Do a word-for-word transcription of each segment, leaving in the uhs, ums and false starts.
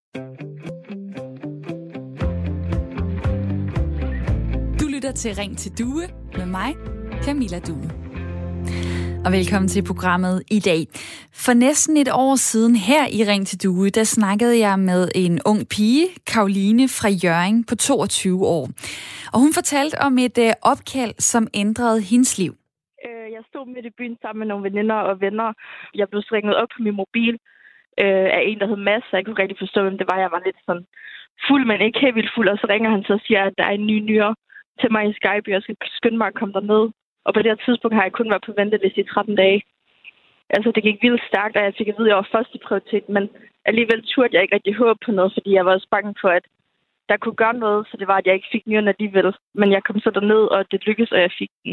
Du lytter til Ring til Due med mig, Camilla Due. Og velkommen til programmet i dag. For næsten et år siden her i Ring til Due, der snakkede jeg med en ung pige, Caroline fra Hjørring på toogtyve år. Og hun fortalte om et øh, opkald, som ændrede hendes liv. Jeg stod midt i byen sammen med nogle veninder og venner. Jeg blev ringet op på min mobil øh, af en, der hed Mads, så jeg kunne rigtig forstå, hvem det var. Jeg var lidt sådan fuld, men ikke helt vildt fuld. Og så ringer han så og siger, at der er en ny nyere til mig i Skype, og jeg skal skynde mig at komme derned. Og på det her tidspunkt har jeg kun været på venteliste i tretten dage. Altså, det gik vildt stærkt, og jeg fik at vide, at jeg var første prioritet, men alligevel turde jeg ikke rigtig håbe på noget, fordi jeg var også bange for, at der kunne gøre noget, så det var, at jeg ikke fik nyren alligevel. Men jeg kom så derned, og det lykkedes, og jeg fik den.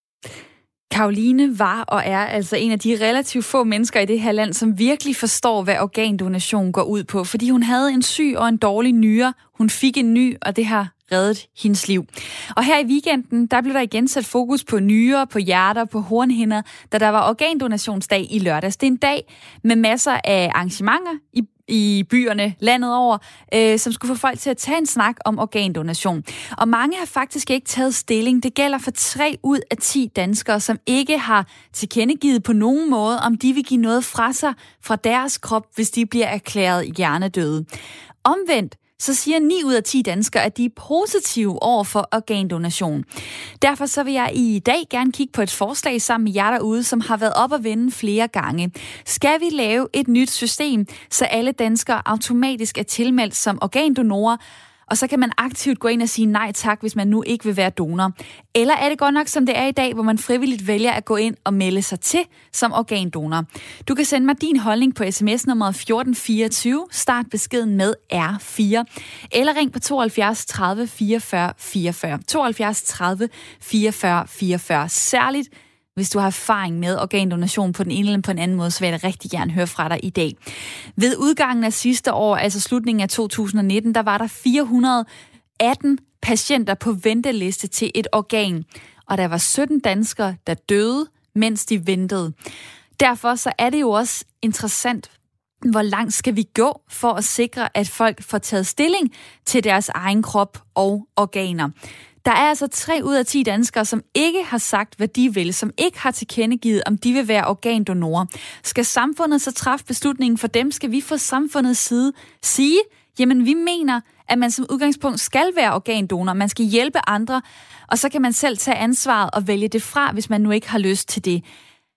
Caroline var og er altså en af de relativt få mennesker i det her land, som virkelig forstår, hvad organdonation går ud på. Fordi hun havde en syg og en dårlig nyre. Hun fik en ny, og det har reddet hendes liv. Og her i weekenden, der blev der igen sat fokus på nyrer, på hjerter, på hornhinder, da der var organdonationsdag i lørdags. Det er en dag med masser af arrangementer i i byerne landet over, øh, som skulle få folk til at tage en snak om organdonation. Og mange har faktisk ikke taget stilling. Det gælder for tre ud af ti danskere, som ikke har tilkendegivet på nogen måde, om de vil give noget fra sig fra deres krop, hvis de bliver erklæret hjernedøde. Omvendt, så siger ni ud af ti danskere, at de er positive over for organdonation. Derfor så vil jeg i dag gerne kigge på et forslag sammen med jer derude, som har været op at vende flere gange. Skal vi lave et nyt system, så alle danskere automatisk er tilmeldt som organdonorer, og så kan man aktivt gå ind og sige nej tak, hvis man nu ikke vil være donor? Eller er det godt nok, som det er i dag, hvor man frivilligt vælger at gå ind og melde sig til som organdonor? Du kan sende mig din holdning på sms-nummeret fjorten fireogtyve, start beskeden med R fire, eller ring på tooghalvfjerds tredive fireogfyrre fireogfyrre. tooghalvfjerds tredive fireogfyrre fireogfyrre. Særligt hvis du har erfaring med organdonation på den ene eller på en anden måde, så vil jeg da rigtig gerne høre fra dig i dag. Ved udgangen af sidste år, altså slutningen af to tusind nitten, der var der fire hundrede atten patienter på venteliste til et organ. Og der var sytten danskere, der døde, mens de ventede. Derfor så er det jo også interessant, hvor langt skal vi gå for at sikre, at folk får taget stilling til deres egen krop og organer. Der er altså tre ud af ti danskere, som ikke har sagt, hvad de vil, som ikke har tilkendegivet, om de vil være organdonorer. Skal samfundet så træffe beslutningen for dem? Skal vi fra samfundets side sige, jamen vi mener, at man som udgangspunkt skal være organdonor, man skal hjælpe andre, og så kan man selv tage ansvaret og vælge det fra, hvis man nu ikke har lyst til det.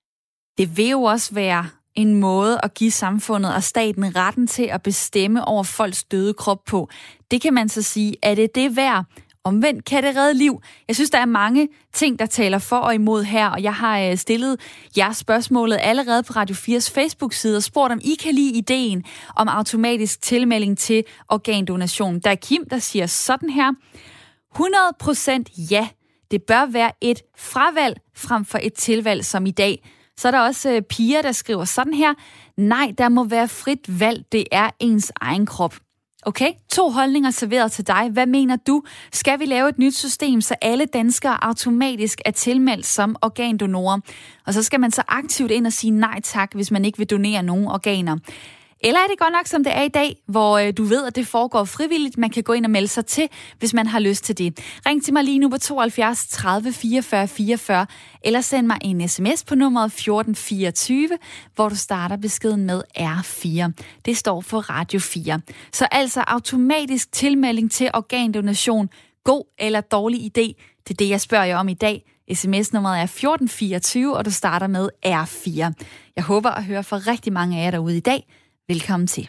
Det vil jo også være en måde at give samfundet og staten retten til at bestemme over folks døde krop på. Det kan man så sige, er det det værd? Omvendt kan det redde liv. Jeg synes, der er mange ting, der taler for og imod her, og jeg har stillet jeres spørgsmålet allerede på Radio fires Facebook-side og spurgt, om I kan lide ideen om automatisk tilmelding til organdonation. Der er Kim, der siger sådan her: hundrede procent ja. Det bør være et fravalg frem for et tilvalg som i dag. Så er der også uh, piger, der skriver sådan her: nej, der må være frit valg. Det er ens egen krop. Okay, to holdninger serveret til dig. Hvad mener du? Skal vi lave et nyt system, så alle danskere automatisk er tilmeldt som organdonorer? Og så skal man så aktivt ind og sige nej tak, hvis man ikke vil donere nogen organer. Eller er det godt nok, som det er i dag, hvor øh, du ved, at det foregår frivilligt? Man kan gå ind og melde sig til, hvis man har lyst til det. Ring til mig lige nu på tooghalvfjerds tredive fireogfyrre fireogfyrre, eller send mig en sms på nummeret fjorten fireogtyve, hvor du starter beskeden med R fire. Det står for Radio fire. Så altså automatisk tilmelding til organdonation. God eller dårlig idé? Det er det, jeg spørger jer om i dag. sms-nummeret er fjorten fireogtyve, og du starter med R fire. Jeg håber at høre fra rigtig mange af jer derude i dag. Velkommen til.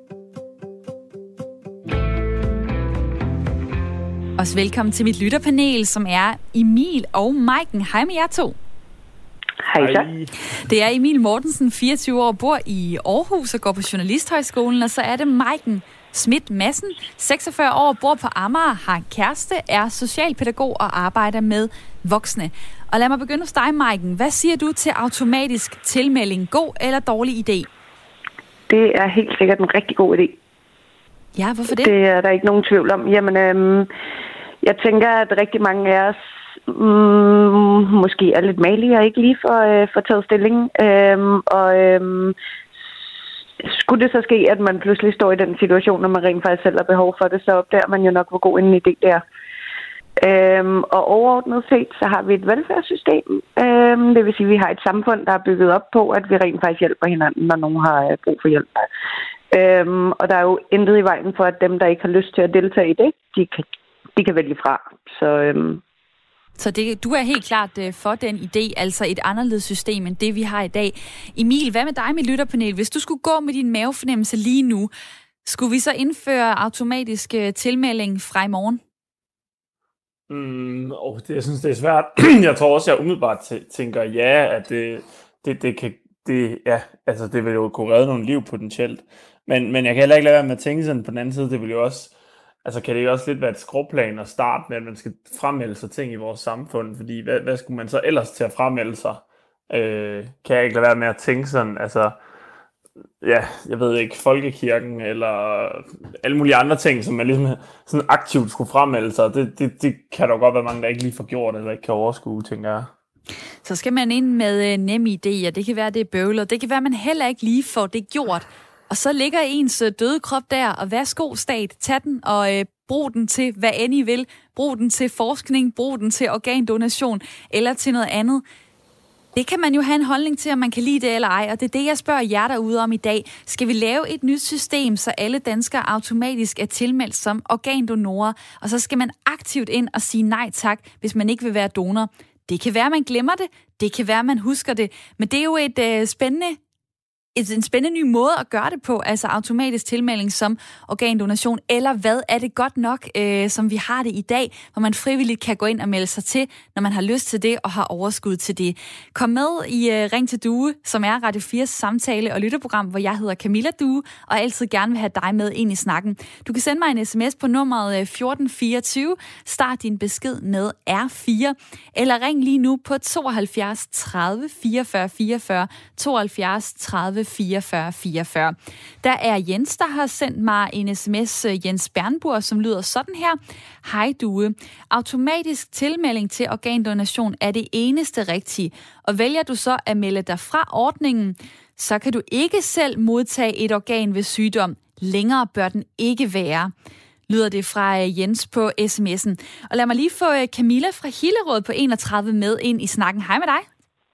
Også velkommen til mit lytterpanel, som er Emil og Maiken. Hej med jer to. Hej så. Det er Emil Mortensen, fireogtyve år, bor i Aarhus og går på Journalisthøjskolen, og så er det Maiken Schmidt Madsen, seksogfyrre år, bor på Amager, har en kæreste, er socialpædagog og arbejder med voksne. Og lad mig begynde hos dig, Maiken. Hvad siger du til automatisk tilmelding? God eller dårlig idé? Det er helt sikkert en rigtig god idé. Ja, hvorfor det? Det er der ikke nogen tvivl om. Jamen, øhm, jeg tænker, at rigtig mange af os mm, måske er lidt malige og ikke lige for, øh, for taget stilling. Øhm, og øhm, skulle det så ske, at man pludselig står i den situation, når man rent faktisk selv har behov for det, så opdager man jo nok, hvor god en idé det er. Øhm, og overordnet set, så har vi et velfærdssystem. Øhm, det vil sige, at vi har et samfund, der er bygget op på, at vi rent faktisk hjælper hinanden, når nogen har brug for hjælp. Øhm, og der er jo intet i vejen for, at dem, der ikke har lyst til at deltage i det, de kan, de kan vælge fra. Så, øhm. så det, du er helt klart øh, for den idé, altså et anderledes system end det, vi har i dag. Emil, hvad med dig med lytterpanel? Hvis du skulle gå med din mavefornemmelse lige nu, skulle vi så indføre automatisk øh, tilmelding fra i morgen? Mm, oh, det, jeg synes, det er svært. Jeg tror også, jeg umiddelbart t- tænker, ja, at det, det, det kan... Det, ja, altså det vil jo kunne redde nogle liv potentielt. Men, men jeg kan heller ikke lade være med at tænke sådan på den anden side, det vil jo også, altså kan det jo også lidt være et skråplan at starte med, at man skal fremmelde sig ting i vores samfund, fordi hvad, hvad skulle man så ellers til at fremmelde sig? Øh, kan jeg ikke lade være med at tænke sådan, altså, ja, jeg ved ikke, folkekirken eller alle mulige andre ting, som man ligesom sådan aktivt skulle fremmelde sig, det, det, det kan der godt være mange, der ikke lige får gjort, eller ikke kan overskue, tænker jeg. Så skal man ind med nemme idéer. Det kan være, det er bøvlet. Det kan være, man heller ikke lige får det gjort. Og så ligger ens døde krop der, og værsgo stat, tag den og øh, brug den til, hvad end I vil. Brug den til forskning, brug den til organdonation eller til noget andet. Det kan man jo have en holdning til, om man kan lide det eller ej, og det er det, jeg spørger jer derude om i dag. Skal vi lave et nyt system, så alle danskere automatisk er tilmeldt som organdonorer, og så skal man aktivt ind og sige nej tak, hvis man ikke vil være donor? Det kan være, man glemmer det. Det kan være, man husker det. Men det er jo et øh, spændende, et, en spændende ny måde at gøre det på, altså automatisk tilmelding som organdonation. Eller hvad er det godt nok, øh, som vi har det i dag, hvor man frivilligt kan gå ind og melde sig til, når man har lyst til det og har overskud til det. Kom med i øh, Ring til Due, som er Radio fires samtale- og lytterprogram, hvor jeg hedder Camilla Due, og altid gerne vil have dig med ind i snakken. Du kan sende mig en sms på nummeret fjorten fireogtyve. Start din besked med R fire. Eller ring lige nu på tooghalvfjerds tredive fireogfyrre fireogfyrre, tooghalvfjerds tredive fireogfyrre fireogfyrre. Der er Jens, der har sendt mig en sms, Jens Bernburg, som lyder sådan her. Hej Due. Automatisk tilmelding til organdonation er det eneste rigtige. Og vælger du så at melde dig fra ordningen, så kan du ikke selv modtage et organ ved sygdom. Længere bør den ikke være, lyder det fra Jens på sms'en. Og lad mig lige få Camilla fra Hillerød på enogtredive med ind i snakken. Hej med dig.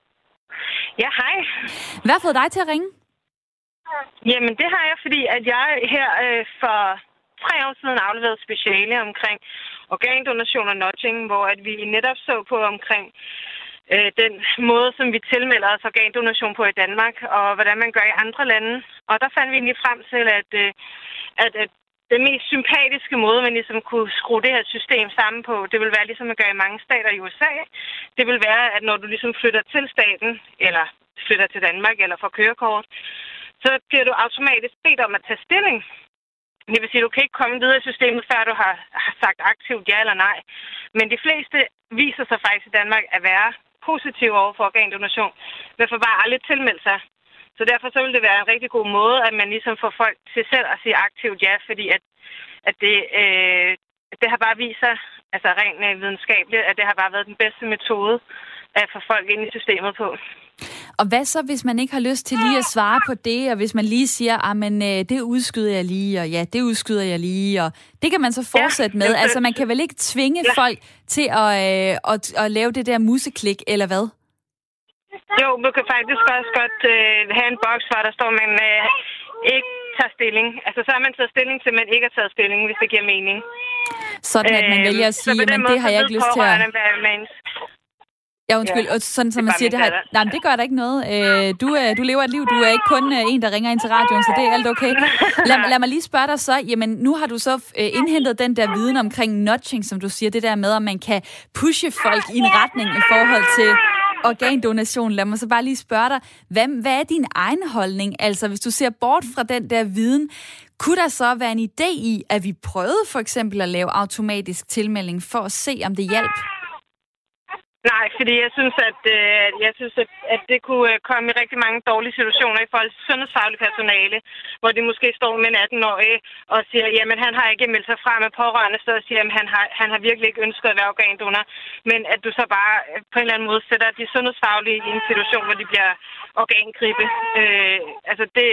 Ja, hej. Hvad har fået dig til at ringe? Jamen, det har jeg, fordi at jeg her øh, for tre år siden afleverede speciale omkring organdonation og nudging, hvor at vi netop så på omkring øh, den måde, som vi tilmelder os organdonation på i Danmark, og hvordan man gør i andre lande. Og der fandt vi egentlig frem til, at, øh, at, at den mest sympatiske måde, man ligesom kunne skrue det her system sammen på, det vil være ligesom man gør i mange stater i U S A. Det vil være, at når du ligesom flytter til staten, eller flytter til Danmark, eller får kørekort, så bliver du automatisk bedt om at tage stilling. Det vil sige, at du kan ikke komme videre i systemet, før du har, har sagt aktivt ja eller nej. Men de fleste viser sig faktisk i Danmark at være positive over for organdonation, men får bare aldrig tilmeldt sig. Så derfor så vil det være en rigtig god måde, at man ligesom får folk til selv at sige aktivt ja, fordi at, at det, øh, det har bare vist sig, altså rent videnskabeligt, at det har bare været den bedste metode at få folk ind i systemet på. Og hvad så, hvis man ikke har lyst til lige at svare på det, og hvis man lige siger, men det udskyder jeg lige, og ja, det udskyder jeg lige, og det kan man så fortsætte ja, med. Altså, man kan vel ikke tvinge ja. folk til at, øh, at, at lave det der museklik, eller hvad? Jo, du kan faktisk også godt øh, have en boks, hvor der står, at man øh, ikke tager stilling. Altså, så har man taget stilling til, at man ikke har taget stilling, hvis det giver mening. Sådan, at man vælger at sige, men det har jeg ikke lyst til at... Ja, undskyld. Ja, og sådan som man siger, det har... Nej, men det gør der ikke noget. Øh, du, øh, du lever et liv. Du er ikke kun øh, en, der ringer ind til radioen, så det er alt okay. Lad, lad mig lige spørge dig så. Jamen, nu har du så øh, indhentet den der viden omkring nudging, som du siger. Det der med, at man kan pushe folk i en retning i forhold til organdonation. Lad mig så bare lige spørge dig. Hvad, hvad er din egen holdning? Altså, hvis du ser bort fra den der viden, kunne der så være en idé i, at vi prøvede for eksempel at lave automatisk tilmelding for at se, om det hjalp? Nej, fordi jeg synes, at, øh, jeg synes, at, at det kunne komme i rigtig mange dårlige situationer i forhold til sundhedsfagligt personale, hvor de måske står med en atten-årig og siger, jamen han har ikke meldt sig fra med pårørende, så siger, at han har, han har virkelig ikke ønsket at være organdonor, men at du så bare på en eller anden måde sætter de sundhedsfaglige i en situation, hvor de bliver organgribe. Øh, altså det,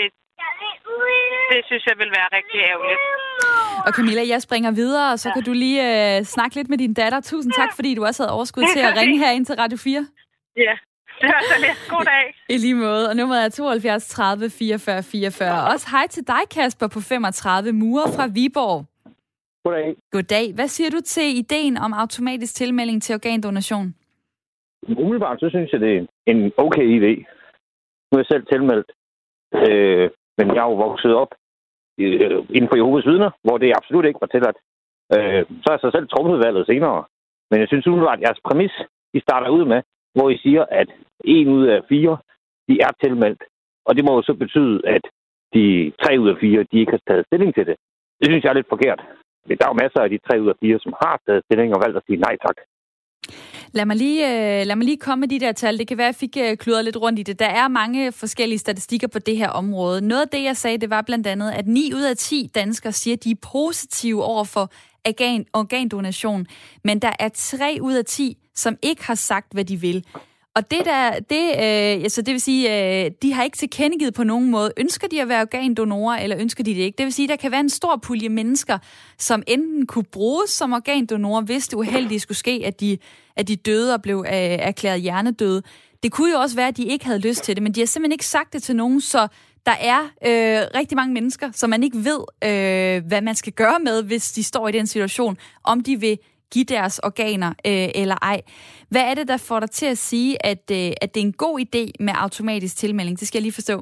Det synes jeg vil være rigtig ærgerligt. Og Camilla, jeg springer videre, og så ja. kan du lige øh, snakke lidt med din datter. Tusind tak, fordi du også havde overskud til at ringe her ind til Radio fire. Ja, det var så lidt. God dag. I lige måde. Og nummeret er tooghalvfjerds tredive fireogfyrre fireogfyrre. Også hej til dig, Kasper, på femogtredive, murer fra Viborg. Goddag. Goddag. Hvad siger du til ideen om automatisk tilmelding til organdonation? Umiddelbart, så synes jeg, det er en okay idé. Nu er jeg selv tilmeldt, øh, men jeg er jo vokset op øh, inden for Jehovas vidner, hvor det absolut ikke var tilladt. Øh, så har jeg så selv truffet valget senere. Men jeg synes umiddelbart, at jeres præmis, I starter ud med, hvor I siger, at en ud af fire, de er tilmeldt. Og det må jo så betyde, at de tre ud af fire, de ikke har taget stilling til det. Det synes jeg er lidt forkert. Der er jo masser af de tre ud af fire, som har taget stilling og valgt at sige nej tak. Lad mig, lige, øh, lad mig lige komme med de der tal. Det kan være, at jeg fik øh, kludret lidt rundt i det. Der er mange forskellige statistikker på det her område. Noget af det, jeg sagde, det var blandt andet, at ni ud af ti danskere siger, at de er positive over for organ, organdonation. Men der er tre ud af ti, som ikke har sagt, hvad de vil. Og det der, det, øh, altså det vil sige, øh, de har ikke tilkendegivet på nogen måde, ønsker de at være organdonorer, eller ønsker de det ikke? Det vil sige, der kan være en stor pulje mennesker, som enten kunne bruges som organdonorer, hvis det uheldige skulle ske, at de, at de døde og blev øh, erklæret hjernedøde. Det kunne jo også være, at de ikke havde lyst til det, men de har simpelthen ikke sagt det til nogen, så der er øh, rigtig mange mennesker, som man ikke ved, øh, hvad man skal gøre med, hvis de står i den situation, om de vil give deres organer øh, eller ej. Hvad er det, der får dig til at sige, at, øh, at det er en god idé med automatisk tilmelding? Det skal jeg lige forstå.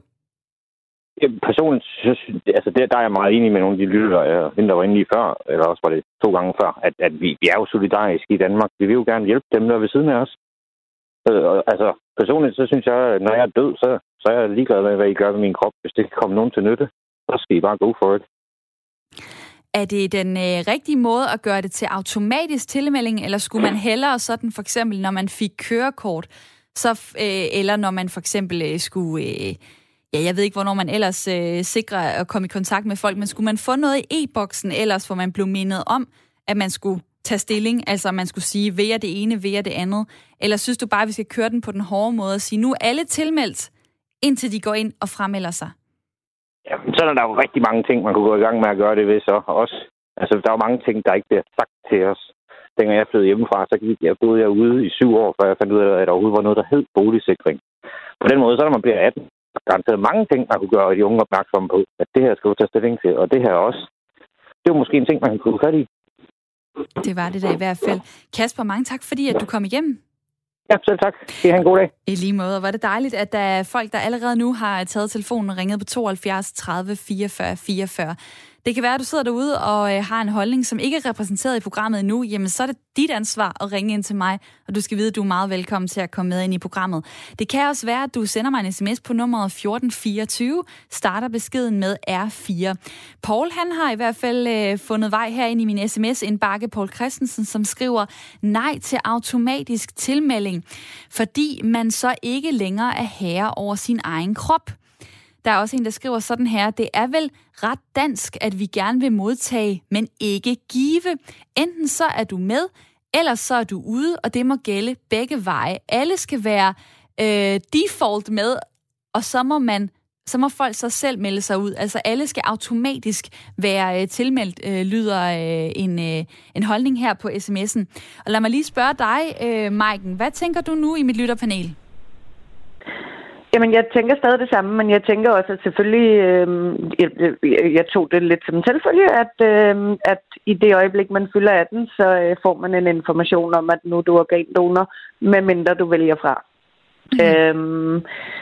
Ja, personligt, altså der, der er jeg meget enig med nogle af de lyttere, der var inde lige før, eller også var det to gange før, at, at vi, vi er jo solidariske i Danmark. Vi vil jo gerne hjælpe dem, der er ved siden af os. Øh, altså, personligt, så synes jeg, at når jeg er død, så, så er jeg ligeglad med, hvad I gør med min krop. Hvis det kan komme nogen til nytte, så skal I bare go for it. Er det den øh, rigtige måde at gøre det til automatisk tilmelding, eller skulle man hellere sådan for eksempel, når man fik kørekort, så, øh, eller når man for eksempel øh, skulle, øh, ja, jeg ved ikke, hvornår man ellers øh, sikrer at komme i kontakt med folk, men skulle man få noget i e-boksen ellers, hvor man blev mindet om, at man skulle tage stilling, altså man skulle sige, vil jeg det ene, vil jeg det andet, eller synes du bare, at vi skal køre den på den hårde måde og sige, nu er alle tilmeldt, indtil de går ind og fremmelder sig? Ja, så er der jo rigtig mange ting, man kunne gå i gang med at gøre det ved så også. Altså, der er jo mange ting, der ikke bliver sagt til os. Dengang jeg flyttede hjemmefra, så gik jeg boede jeg ude i syv år, før jeg fandt ud af, at der overhovedet var noget, der hed boligsikring. På den måde, så når man bliver atten, der er garanteret mange ting, man kunne gøre de unge opmærksomme på, at det her skal du tage stilling til, og det her også. Det var måske en ting, man kunne fat i. Det var det da i hvert fald. Kasper, mange tak, fordi at du kom igennem. Ja, selv tak. Det er en god dag. I lige måde. Var det dejligt, at der er folk, der allerede nu har taget telefonen og ringet på tooghalvfjerds tredive fireogfyrre fireogfyrre. Det kan være, at du sidder derude og øh, har en holdning, som ikke er repræsenteret i programmet endnu. Jamen, så er det dit ansvar at ringe ind til mig, og du skal vide, at du er meget velkommen til at komme med ind i programmet. Det kan også være, at du sender mig en sms på nummeret fjorten fireogtyve, starter beskeden med R fire. Paul, han har i hvert fald øh, fundet vej her ind i min sms-indbakke, Paul Christensen, som skriver nej til automatisk tilmelding, fordi man så ikke længere er herre over sin egen krop. Der er også en, der skriver sådan her, det er vel ret dansk, at vi gerne vil modtage, men ikke give. Enten så er du med, eller så er du ude, og det må gælde begge veje. Alle skal være øh, default med, og så må man så må folk så selv melde sig ud. Altså alle skal automatisk være øh, tilmeldt, øh, lyder øh, en, øh, en holdning her på sms'en. Og lad mig lige spørge dig, øh, Maiken, hvad tænker du nu i mit lytterpanel? Jamen, jeg tænker stadig det samme, men jeg tænker også, at selvfølgelig, øh, jeg, jeg tog det lidt som selvfølge, at, øh, at i det øjeblik, man fylder atten, så øh, får man en information om, at nu er du organdonor, medmindre du vælger fra. Mm. Øhm,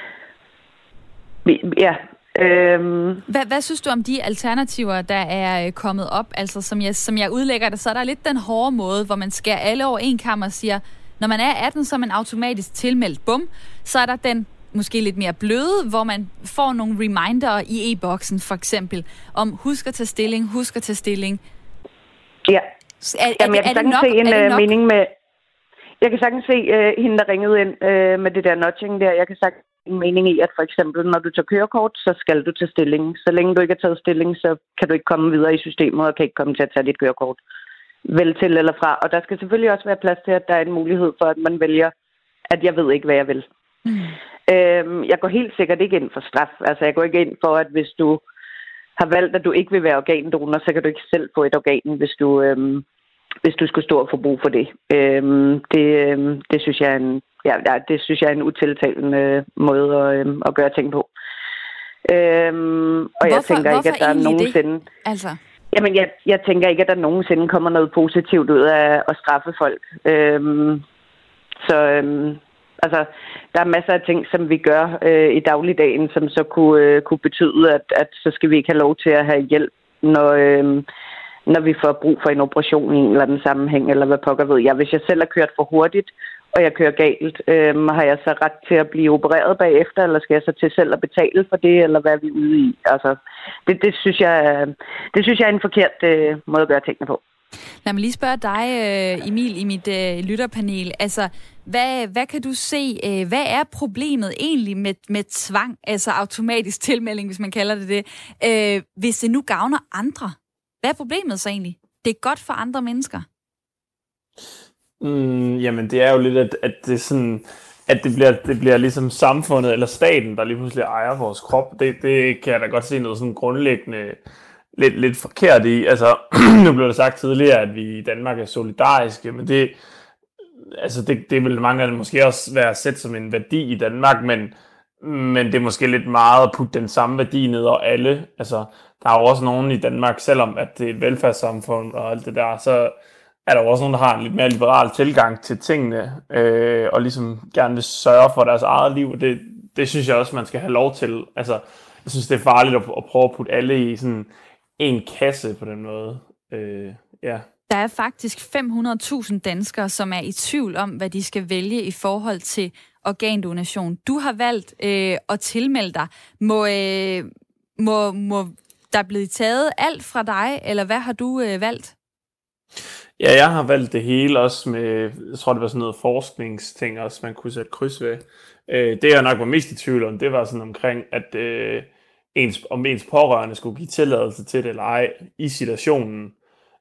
ja. Øhm. Hvad, hvad synes du om de alternativer, der er kommet op? Altså, som jeg, som jeg udlægger det, så er der lidt den hårde måde, hvor man skærer alle over en kam og siger, når man er atten, så er man automatisk tilmeldt. Bum. Så er der den måske lidt mere bløde, hvor man får nogle reminder i e-boksen, for eksempel, om husk at tage stilling, husk at tage stilling. Ja. Er, Jamen, jeg kan sagtens se en uh, mening med... Jeg kan sagtens se uh, hende, der ringede ind uh, med det der notching der. Jeg kan sagtens se en mening i, at for eksempel, når du tager kørekort, så skal du tage stilling. Så længe du ikke har taget stilling, så kan du ikke komme videre i systemet, og kan ikke komme til at tage dit kørekort. Vel til eller fra. Og der skal selvfølgelig også være plads til, at der er en mulighed for, at man vælger, at jeg ved ikke, hvad jeg vil. Mm. Øhm, jeg går helt sikkert ikke ind for straf. Altså, jeg går ikke ind for, at hvis du har valgt, at du ikke vil være organdonor, så kan du ikke selv få et organ, hvis du, øhm, hvis du skulle stå og få brug for det. Øhm, det, øhm, det synes jeg er en, ja, det synes jeg er en utiltalende måde at, øhm, at gøre ting på. Øhm, og hvorfor, jeg tænker ikke, at der er nogensinde... Det? Altså... Jamen, jeg, jeg tænker ikke, at der nogensinde kommer noget positivt ud af at straffe folk. Øhm, så... Øhm, Altså, der er masser af ting, som vi gør øh, i dagligdagen, som så kunne, øh, kunne betyde, at, at så skal vi ikke have lov til at have hjælp, når, øh, når vi får brug for en operation i en eller anden sammenhæng, eller hvad pokker ved jeg. Hvis jeg selv har kørt for hurtigt, og jeg kører galt, øh, har jeg så ret til at blive opereret bagefter, eller skal jeg så til selv at betale for det, eller hvad er vi ude i? Altså, det, det, synes, jeg, det synes jeg er en forkert øh, måde at gøre tingene på. Lad mig lige spørge dig, Emil, i mit øh, lytterpanel. Altså, hvad, hvad kan du se, øh, hvad er problemet egentlig med, med tvang, altså automatisk tilmelding, hvis man kalder det det, øh, hvis det nu gavner andre? Hvad er problemet så egentlig? Det er godt for andre mennesker. Mm, jamen, det er jo lidt, at, at det sådan... at det bliver, det bliver ligesom samfundet eller staten, der lige pludselig ejer vores krop. Det, det kan jeg da godt se noget sådan grundlæggende lidt, lidt forkert i. Altså, nu blev det sagt tidligere, at vi i Danmark er solidariske, men det, altså det, det vil mange gange måske også være set som en værdi i Danmark, men, men det er måske lidt meget at putte den samme værdi ned over alle. Altså, der er jo også nogen i Danmark, selvom at det er et velfærdssamfund og alt det der, så er der jo også nogen, der har en lidt mere liberal tilgang til tingene, øh, og ligesom gerne vil sørge for deres eget liv. Det, det synes jeg også, man skal have lov til. Altså, jeg synes, det er farligt at, at prøve at putte alle i sådan en kasse på den måde. Øh, ja. Der er faktisk fem hundrede tusind danskere, som er i tvivl om, hvad de skal vælge i forhold til organdonation. Du har valgt øh, at tilmelde dig. Må, øh, må, må der blive taget alt fra dig, eller hvad har du øh, valgt? Ja, jeg har valgt det hele også med, jeg tror det var sådan noget forskningsting også, man kunne sætte kryds ved. Øh, det jeg nok var mest i tvivl om, det var sådan omkring, at øh, ens, om ens pårørende skulle give tilladelse til det eller ej i situationen.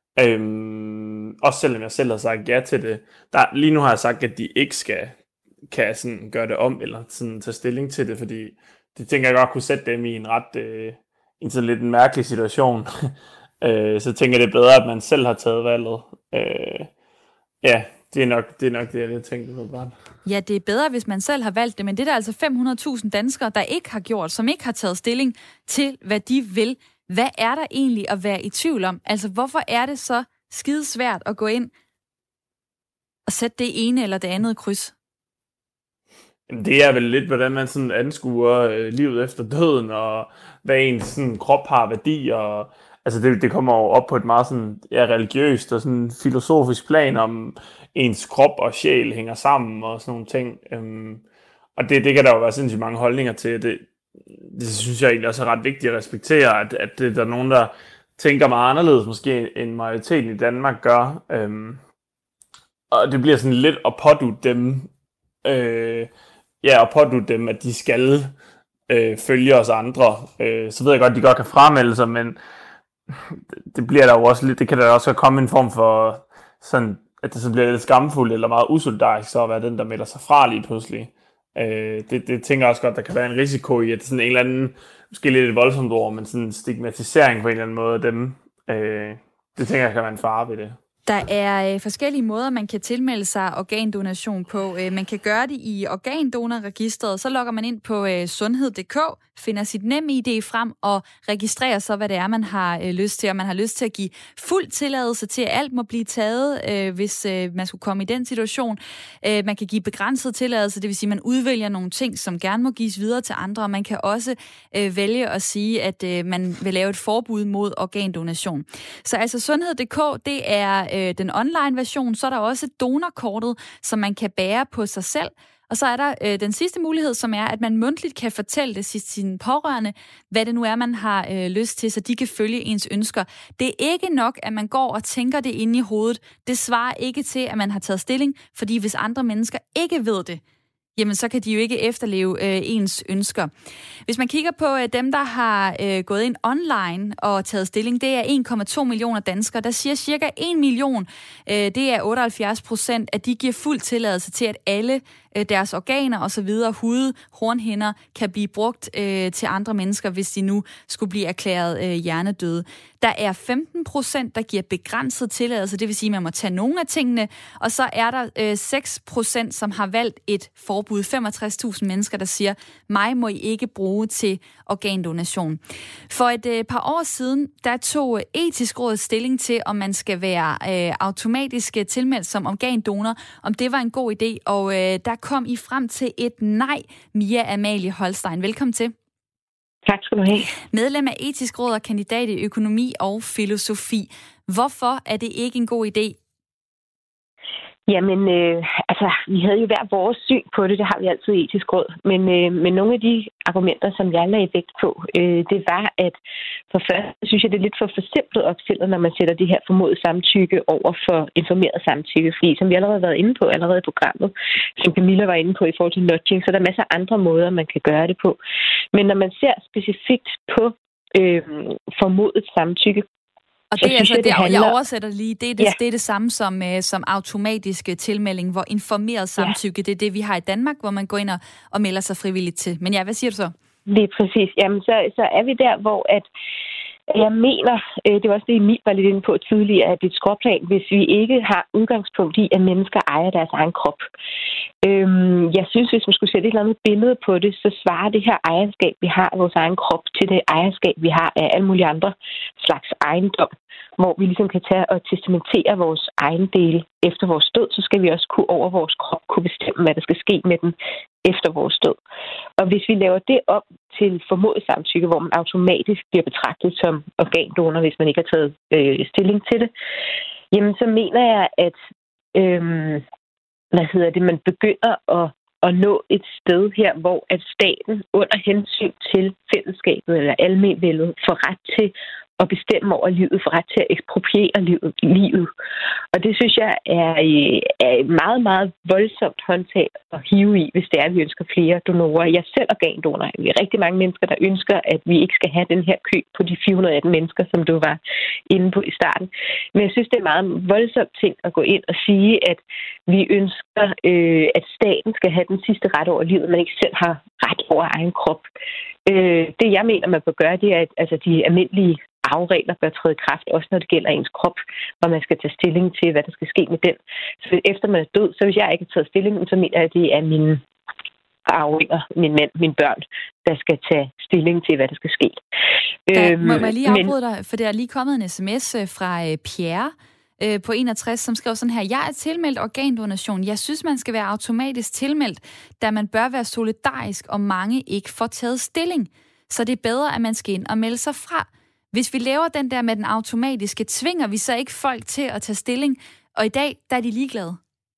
Øhm, også selvom jeg selv har sagt ja til det. Der, lige nu har jeg sagt, at de ikke skal kan sådan gøre det om, eller sådan tage stilling til det, fordi det tænker jeg godt kunne sætte dem i en ret, øh, en sådan lidt en mærkelig situation. øh, så tænker jeg, det er bedre, at man selv har taget valget. Øh, ja, det er nok det, er nok det jeg tænkte på bare. Ja, det er bedre, hvis man selv har valgt det, men det er der altså fem hundrede tusind danskere, der ikke har gjort, som ikke har taget stilling til, hvad de vil. Hvad er der egentlig at være i tvivl om? Altså, hvorfor er det så skidesvært at gå ind og sætte det ene eller det andet kryds? Det er vel lidt, hvordan man sådan anskuer øh, livet efter døden, og hvad ens sådan, krop har værdi, og altså det, det kommer jo op på et meget sådan, ja, religiøst og sådan filosofisk plan, om ens krop og sjæl hænger sammen og sådan nogle ting. Øhm, og det, det kan der jo være sindssygt mange holdninger til. Det, det synes jeg egentlig også er ret vigtigt at respektere, at, at det, der er nogen, der tænker meget anderledes måske, end majoriteten i Danmark gør. Øhm, og det bliver sådan lidt at pådutte dem, øh, ja, at pådutte dem, at de skal øh, følge os andre. Øh, så ved jeg godt, at de godt kan fremelde sig, men det bliver der jo også lidt, det kan der også komme en form for sådan, at det så bliver lidt skamfuldt eller meget usolidarisk så at være den, der melder sig fra lige pludselig. Øh, det, det tænker jeg også godt, der kan være en risiko i, at sådan en eller anden, måske lidt et voldsomt ord, men sådan en stigmatisering på en eller anden måde af dem. Øh, det tænker jeg kan være en fare ved det. Der er øh, forskellige måder, man kan tilmelde sig organdonation på. Øh, man kan gøre det i organdonorregistret, så logger man ind på øh, sundhed punktum d k, finder sit NemID frem og registrerer så, hvad det er, man har øh, lyst til. Og man har lyst til at give fuld tilladelse til, at alt må blive taget, øh, hvis øh, man skulle komme i den situation. Øh, man kan give begrænset tilladelse, det vil sige, at man udvælger nogle ting, som gerne må gives videre til andre. Og man kan også øh, vælge at sige, at øh, man vil lave et forbud mod organdonation. Så altså sundhed punktum d k, det er øh, den online version. Så er der også donorkortet, som man kan bære på sig selv. Og så er der øh, den sidste mulighed, som er, at man mundtligt kan fortælle det til sine pårørende, hvad det nu er, man har øh, lyst til, så de kan følge ens ønsker. Det er ikke nok, at man går og tænker det inde i hovedet. Det svarer ikke til, at man har taget stilling, fordi hvis andre mennesker ikke ved det, jamen så kan de jo ikke efterleve øh, ens ønsker. Hvis man kigger på øh, dem, der har øh, gået ind online og taget stilling, det er en komma to millioner danskere. Der siger cirka en million, øh, det er otteoghalvfjerds procent, at de giver fuld tilladelse til, at alle øh, deres organer osv., hud, hornhinder, kan blive brugt øh, til andre mennesker, hvis de nu skulle blive erklæret øh, hjernedøde. Der er femten procent, der giver begrænset tilladelse, det vil sige, at man må tage nogle af tingene, og så er der øh, seks procent, som har valgt et forbud. femogtres tusind mennesker, der siger, mig må I ikke bruge til organdonation. For et øh, par år siden, der tog Etisk Råd stilling til, om man skal være øh, automatisk tilmeldt som organdonor, om det var en god idé, og øh, der kom I frem til et nej. Mia Amalie Holstein, velkommen til. Tak skal du have. Medlem af Etisk Råd og kandidat i økonomi og filosofi. Hvorfor er det ikke en god idé? Jamen, øh, altså, vi havde jo hver vores syn på det, det har vi altid i Etisk Råd, men, øh, men nogle af de argumenter, som jeg lagde vægt på, øh, det var, at for først synes jeg, det er lidt for forsimplet opstillet, når man sætter det her formodet samtykke over for informeret samtykke, fordi som vi allerede har været inde på, allerede i programmet, som Camilla var inde på i forhold til nudging, så er der masser af andre måder, man kan gøre det på. Men når man ser specifikt på øh, formodet samtykke, og det er altså, jeg, det det, handler... jeg oversætter lige, det er det, ja. det, er det samme som, uh, som automatisk tilmelding, hvor informeret samtykke, ja. Det er det, vi har i Danmark, hvor man går ind og, og melder sig frivilligt til. Men ja, hvad siger du så? Lige præcis. Jamen, så, så er vi der, hvor at jeg mener, øh, det var også det, Emil var lidt inde på tidligere, at det er et skråplan, hvis vi ikke har udgangspunkt i, at mennesker ejer deres egen krop. Øhm, jeg synes, hvis man skulle sætte et eller andet billede på det, så svarer det her ejerskab, vi har af vores egen krop, til det ejerskab, vi har af alle mulige andre slags ejendom, hvor vi ligesom kan tage og testamentere vores egen del efter vores død, så skal vi også kunne over vores krop kunne bestemme, hvad der skal ske med den efter vores død. Og hvis vi laver det op til formodet samtykke, hvor man automatisk bliver betragtet som organdonor, hvis man ikke har taget øh, stilling til det, jamen så mener jeg, at øh, hvad hedder det, man begynder at, at nå et sted her, hvor at staten under hensyn til fællesskabet eller almenvældet får ret til at bestemme over livet, får ret til at ekspropriere livet. livet. Og det synes jeg er, er et meget, meget voldsomt håndtag at hive i, hvis det er, at vi ønsker flere donorer. Jeg er selv organdonor. Vi er rigtig mange mennesker, der ønsker, at vi ikke skal have den her kø på de fire hundrede atten mennesker, som du var inde på i starten. Men jeg synes, det er meget voldsomt ting at gå ind og sige, at vi ønsker, øh, at staten skal have den sidste ret over livet, man ikke selv har ret over egen krop. Øh, det, jeg mener, man bør gøre, det er, at altså, de almindelige afregler bør træde i kraft, også når det gælder ens krop, hvor man skal tage stilling til, hvad der skal ske med den. Så efter man er død, så hvis jeg ikke har taget stilling, så mener jeg, at det er mine arvinger, min mand, mine børn, der skal tage stilling til, hvad der skal ske. Da, øhm, må jeg lige afbryde dig, for der er lige kommet en sms fra Pierre på enogtres, som skrev sådan her: jeg er tilmeldt organdonation. Jeg synes, man skal være automatisk tilmeldt, da man bør være solidarisk, og mange ikke får taget stilling. Så det er bedre, at man skal ind og melde sig fra. Hvis vi laver den der med den automatiske, tvinger vi så ikke folk til at tage stilling? Og i dag, der er de ligeglade.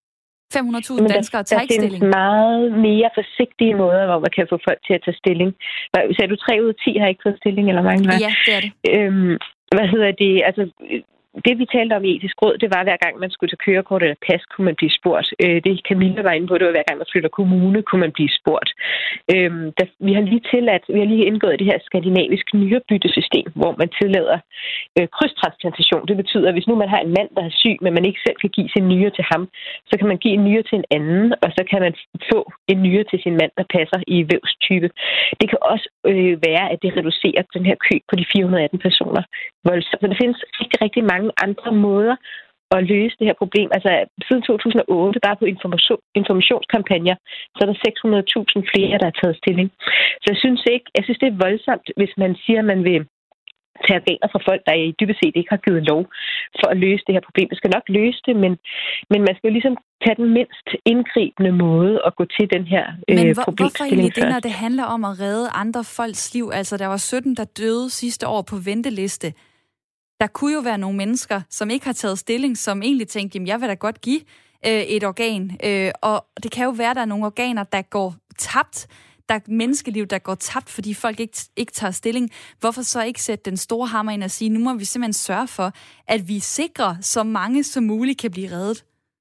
fem hundrede tusind danskere tager ikke stilling. Der findes meget mere forsigtige måder, hvor man kan få folk til at tage stilling. Sagde du, tre ud af ti har ikke taget stilling, eller mange var? Ja, det er det. Øhm, hvad hedder det? Altså, det vi talte om i Etisk Råd, det var, hver gang man skulle tage kørekort eller pas, kunne man blive spurgt. Øh, det Camilla var inde på, det var, hver gang man flytter kommune, kunne man blive spurgt. Øhm, der, vi har lige tilladt, vi har lige indgået det her skandinavisk nyrebyttesystem, hvor man tillader øh, krydstransplantation. Det betyder, at hvis nu man har en mand, der er syg, men man ikke selv kan give sin nyre til ham, så kan man give en nyre til en anden, og så kan man få en nyre til sin mand, der passer i vævstype. Det kan også øh, være, at det reducerer den her kø på de fire hundrede atten personer. Så der findes rigtig, rigtig mange andre måder at løse det her problem. Altså siden to tusind og otte, bare på information, informationskampagner, så er der seks hundrede tusind flere, der har taget stilling. Så jeg synes ikke, jeg synes det er voldsomt, hvis man siger, at man vil tage organer fra folk, der i dybest set ikke har givet lov for at løse det her problem. Man skal nok løse det, men, men man skal jo ligesom tage den mindst indgribende måde at gå til den her øh, men hvor, problemstilling. Hvorfor egentlig det, når det handler om at redde andre folks liv? Altså der var sytten, der døde sidste år på venteliste. Der kunne jo være nogle mennesker, som ikke har taget stilling, som egentlig tænkte, jamen jeg vil da godt give øh, et organ. Øh, og det kan jo være, at der er nogle organer, der går tabt. Der er menneskeliv, der går tabt, fordi folk ikke, ikke tager stilling. Hvorfor så ikke sætte den store hammer ind og sige, nu må vi simpelthen sørge for, at vi sikrer, så mange som muligt kan blive reddet?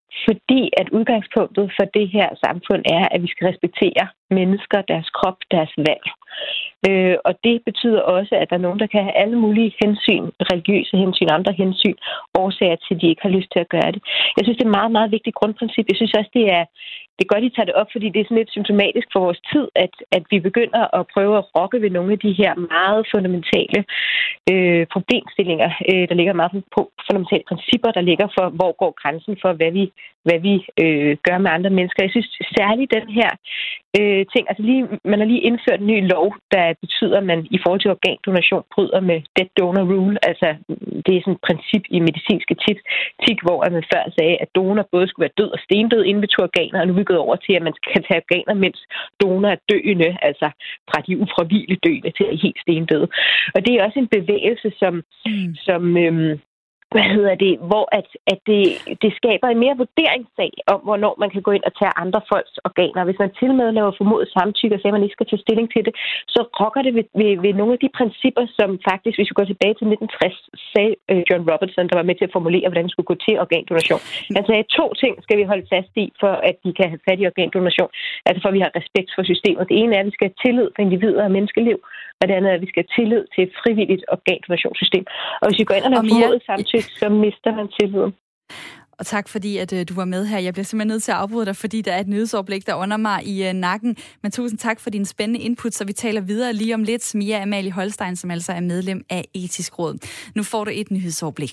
Fordi at udgangspunktet for det her samfund er, at vi skal respektere mennesker, deres krop, deres valg. Øh, og det betyder også, at der er nogen, der kan have alle mulige hensyn, religiøse hensyn, andre hensyn, årsager til, at de ikke har lyst til at gøre det. Jeg synes, det er et meget, meget vigtigt grundprincip. Jeg synes også, det er, det er godt, at I tager det op, fordi det er sådan lidt symptomatisk for vores tid, at, at vi begynder at prøve at rokke ved nogle af de her meget fundamentale øh, problemstillinger. Øh, der ligger meget på fundamentale principper, der ligger for, hvor går grænsen for, hvad vi, hvad vi øh, gør med andre mennesker. Jeg synes særligt den her øh, ting, altså lige, man har lige indført en ny lov, der betyder, at man i forhold til organdonation bryder med dead donor rule. Altså, det er sådan et princip i medicinsk etik, hvor man før sagde, at donor både skulle være død og stendød inden vi tog organer, og nu er vi gået over til, at man kan tage organer, mens donor er døende, altså fra de ufravilligt døende til helt stendøde. Og det er også en bevægelse, som, mm. som øhm, hvad hedder det, hvor at, at det, det skaber en mere vurderingssag om, hvornår man kan gå ind og tage andre folks organer. Hvis man til med laver formodet samtykke og siger, at man ikke skal tage stilling til det, så rokker det ved, ved, ved nogle af de principper, som faktisk, hvis vi går tilbage til nitten tres, sagde John Robertson, der var med til at formulere, hvordan det skulle gå til organdonation. Han sagde, at to ting skal vi holde fast i, for at de kan have fat i organdonation. Altså for at vi har respekt for systemet. Det ene er, at vi skal have tillid for individer og menneskeliv, og det andet er, at vi skal have tillid til et frivilligt organdonationssystem. Og hvis vi går ind og laver formodet samtykke, så mister man tilliden. Og tak fordi, at uh, du var med her. Jeg bliver simpelthen nødt til at afbryde dig, fordi der er et nyhedsoverblik, der under mig i uh, nakken. Men tusind tak for din spændende input, så vi taler videre lige om lidt. Mia Amalie Holstein, som altså er medlem af Etisk Råd. Nu får du et nyhedsoverblik.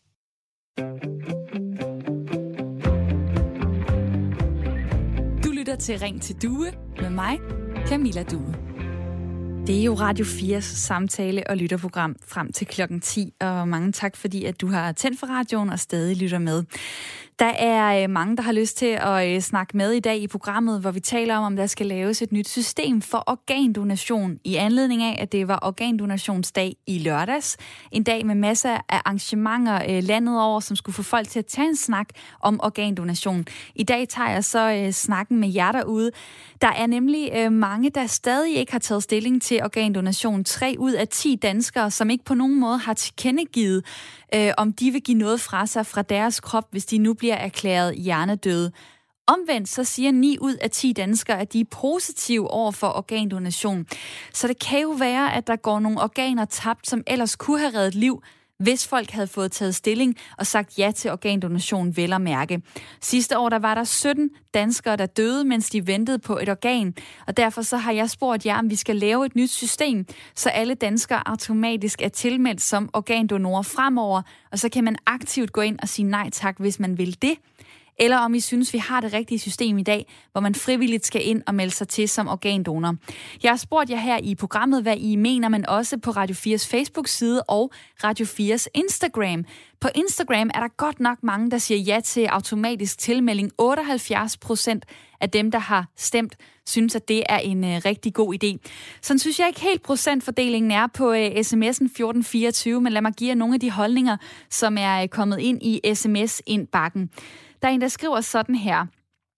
Du lytter til Ring til Due med mig, Camilla Due. Det er jo Radio fires samtale- og lytterprogram frem til klokken ti, og mange tak, fordi at du har tændt for radioen og stadig lytter med. Der er mange, der har lyst til at snakke med i dag i programmet, hvor vi taler om, om der skal laves et nyt system for organdonation i anledning af, at det var organdonationsdag i lørdags. En dag med masser af arrangementer landet over, som skulle få folk til at tage en snak om organdonation. I dag tager jeg så snakken med jer derude. Der er nemlig mange, der stadig ikke har taget stilling til organdonation. Tre ud af ti danskere, som ikke på nogen måde har tilkendegivet, øh, om de vil give noget fra sig fra deres krop, hvis de nu bliver erklæret hjernedøde. Omvendt så siger ni ud af ti danskere, at de er positive over for organdonation. Så det kan jo være, at der går nogle organer tabt, som ellers kunne have reddet liv, hvis folk havde fået taget stilling og sagt ja til organdonation, vel at mærke. Sidste år der var der sytten danskere, der døde, mens de ventede på et organ. Og derfor så har jeg spurgt jer, om vi skal lave et nyt system, så alle danskere automatisk er tilmeldt som organdonorer fremover. Og så kan man aktivt gå ind og sige nej tak, hvis man vil det. Eller om I synes, vi har det rigtige system i dag, hvor man frivilligt skal ind og melde sig til som organdonor. Jeg har spurgt jer her i programmet, hvad I mener, men også på Radio fires Facebook-side og Radio fires Instagram. På Instagram er der godt nok mange, der siger ja til automatisk tilmelding. otteoghalvfjerds procent af dem, der har stemt, synes, at det er en uh, rigtig god idé. Sådan synes jeg ikke helt procentfordelingen er på uh, sms'en fjorten fireogtyve, men lad mig give jer nogle af de holdninger, som er uh, kommet ind i sms-indbakken. Der er en, der skriver sådan her.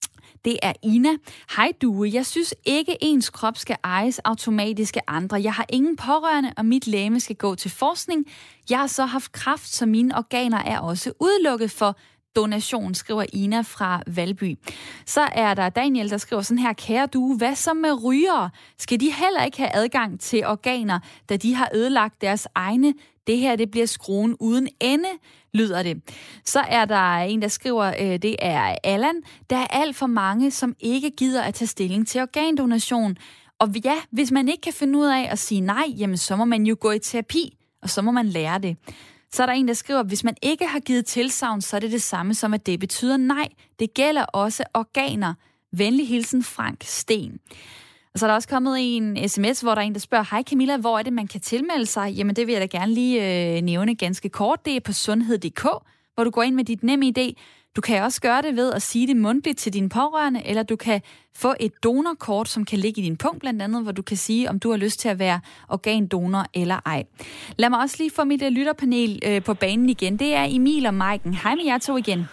Det er Ina. Hej Due, jeg synes ikke, ens krop skal ejes automatisk af andre. Jeg har ingen pårørende, og mit legeme skal gå til forskning. Jeg har så haft kræft, så mine organer er også udelukket for donation, skriver Ina fra Valby. Så er der Daniel, der skriver sådan her. Kære Due, hvad så med rygere? Skal de heller ikke have adgang til organer, da de har ødelagt deres egne? Det her, det bliver skruen uden ende, lyder det. Så er der en, der skriver, øh, det er Allan. Der er alt for mange, som ikke gider at tage stilling til organdonation. Og ja, hvis man ikke kan finde ud af at sige nej, jamen så må man jo gå i terapi, og så må man lære det. Så er der en, der skriver, at hvis man ikke har givet tilsagn, så er det det samme som, at det betyder nej. Det gælder også organer. Venlig hilsen, Frank Sten. Og så er der også kommet en sms, hvor der er en, der spørger, hej Camilla, hvor er det, man kan tilmelde sig? Jamen det vil jeg da gerne lige øh, nævne ganske kort. Det er på sundhed punktum d k, hvor du går ind med dit NemID. Du kan også gøre det ved at sige det mundtligt til dine pårørende, eller du kan få et donorkort, som kan ligge i din punkt blandt andet, hvor du kan sige, om du har lyst til at være organdonor eller ej. Lad mig også lige få mit lytterpanel øh, på banen igen. Det er Emil og Maiken. Hej med jer to igen.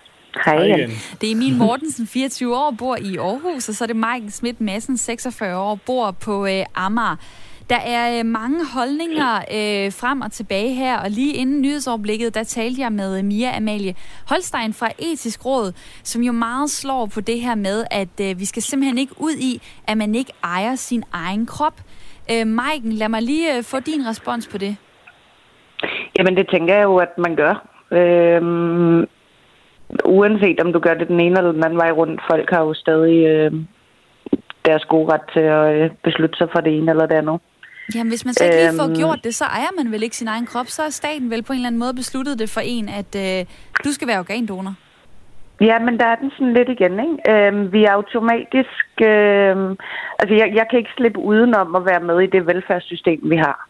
Hej igen. Det er Emil Mortensen, fireogtyve år, bor i Aarhus, og så er det Maiken Schmidt Madsen, seksogfyrre år, bor på øh, Amager. Der er øh, mange holdninger øh, frem og tilbage her, og lige inden nyhedsoverblikket, der talte jeg med Mia Amalie Holstein fra Etisk Råd, som jo meget slår på det her med, at øh, vi skal simpelthen ikke ud i, at man ikke ejer sin egen krop. Øh, Maiken, lad mig lige øh, få din respons på det. Jamen, det tænker jeg jo, at man gør. Øhm, uanset om du gør det den ene eller den anden vej rundt, folk har jo stadig øh, deres gode ret til at øh, beslutte sig for det ene eller det andet. Jamen, hvis man så ikke lige øhm, får gjort det, så ejer man vel ikke sin egen krop. Så er staten vel på en eller anden måde besluttet det for en, at øh, du skal være organdonor. Ja, men der er den sådan lidt igen, ikke? Øhm, vi er automatisk... Øh, altså, jeg, jeg kan ikke slippe udenom at være med i det velfærdssystem, vi har.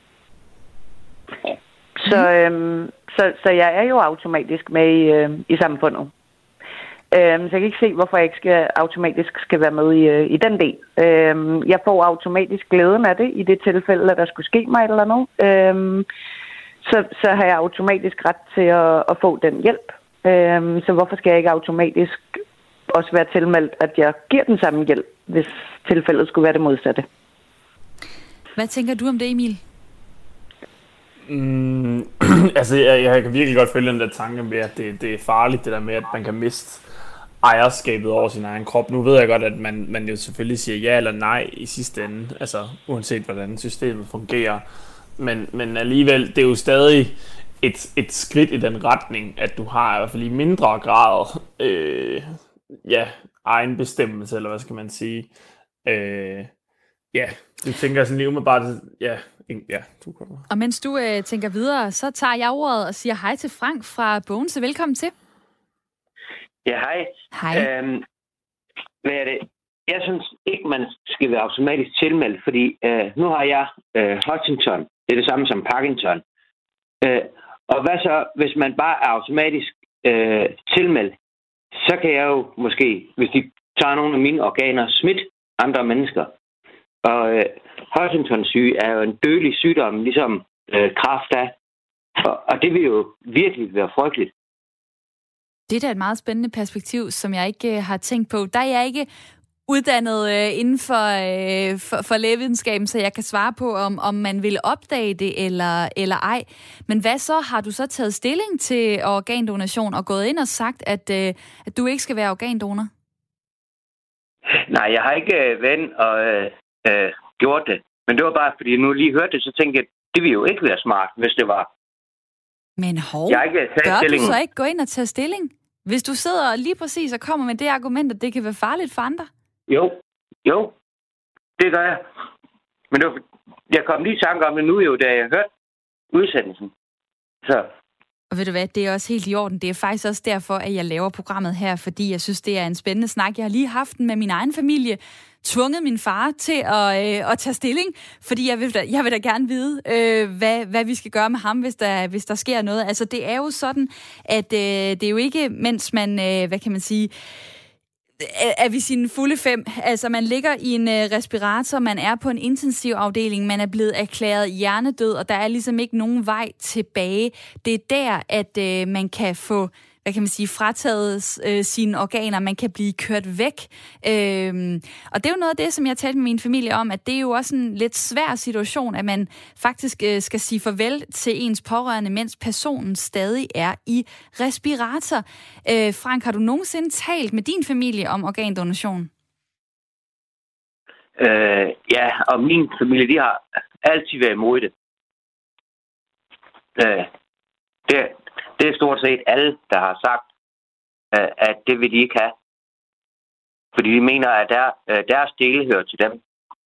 Så, øhm, så, så jeg er jo automatisk med i, øh, i samfundet. Øhm, så jeg kan ikke se, hvorfor jeg ikke skal, automatisk skal være med i, øh, i den del. Øhm, jeg får automatisk glæden af det i det tilfælde, at der skulle ske mig et eller andet. Øhm, så, så har jeg automatisk ret til at, at få den hjælp. Øhm, så hvorfor skal jeg ikke automatisk også være tilmeldt, at jeg giver den samme hjælp, hvis tilfældet skulle være det modsatte? Hvad tænker du om det, Emil? Mm, altså, jeg, jeg kan virkelig godt følge den der tanke med, at det, det er farligt, det der med, at man kan miste ejerskabet over sin egen krop. Nu ved jeg godt, at man, man jo selvfølgelig siger ja eller nej i sidste ende, altså uanset hvordan systemet fungerer. Men, men alligevel, det er jo stadig et, et skridt i den retning, at du har i hvert fald i mindre grad øh, ja, egen bestemmelse, eller hvad skal man sige. Øh, ja, det tænker jeg sådan lige umiddelbart, ja, ja, du kommer. Og mens du øh, tænker videre, så tager jeg ordet og siger hej til Frank fra Bogense. Velkommen til. Ja, hej. Hej. Øhm, hvad er det? Jeg synes ikke, man skal være automatisk tilmeldt, fordi øh, nu har jeg øh, Huntington. Det er det samme som Parkinson. Øh, og hvad så, hvis man bare er automatisk øh, tilmeldt, så kan jeg jo måske, hvis de tager nogle af mine organer, smitte andre mennesker. Og øh, Huntingtons syge er jo en dødelig sygdom, ligesom øh, kræft er. Og, og det vil jo virkelig være frygteligt. Det er da et meget spændende perspektiv, som jeg ikke øh, har tænkt på. Der er jeg ikke uddannet øh, inden for, øh, for, for lægevidenskaben, så jeg kan svare på, om, om man vil opdage det eller, eller ej. Men hvad så? Har du så taget stilling til organdonation og gået ind og sagt, at, øh, at du ikke skal være organdonor? Nej, jeg har ikke øh, været og øh, øh, gjort det. Men det var bare, fordi jeg nu lige hørte det, så tænkte jeg, det ville jo ikke være smart, hvis det var. Men hov, jeg ikke bør stilling. du så ikke gå ind og tage stilling? Hvis du sidder lige præcis og kommer med det argument, at det kan være farligt for andre? Jo, jo, det gør jeg. Men det var, jeg kom lige i tanke om det nu jo, da jeg hørte udsendelsen. Så. Og ved du hvad, det er også helt i orden. Det er faktisk også derfor, at jeg laver programmet her, fordi jeg synes, det er en spændende snak. Jeg har lige haft den med min egen familie, tvunget min far til at, øh, at tage stilling, fordi jeg vil da, jeg vil da gerne vide, øh, hvad, hvad vi skal gøre med ham, hvis der, hvis der sker noget. Altså, det er jo sådan, at øh, det er jo ikke, mens man, øh, hvad kan man sige, er vi sine fulde fem. Altså, man ligger i en øh, respirator, man er på en intensivafdeling, man er blevet erklæret hjernedød, og der er ligesom ikke nogen vej tilbage. Det er der, at øh, man kan få, hvad kan man sige, frataget øh, sine organer, man kan blive kørt væk. Øhm, og det er jo noget af det, som jeg talte med min familie om, at det er jo også en lidt svær situation, at man faktisk øh, skal sige farvel til ens pårørende, mens personen stadig er i respirator. Øh, Frank, har du nogensinde talt med din familie om organdonation? Øh, ja, og min familie, de har altid været imod det. Øh, det Det er stort set alle, der har sagt, at det vil de ikke have. Fordi de mener, at der, deres dele hører til dem.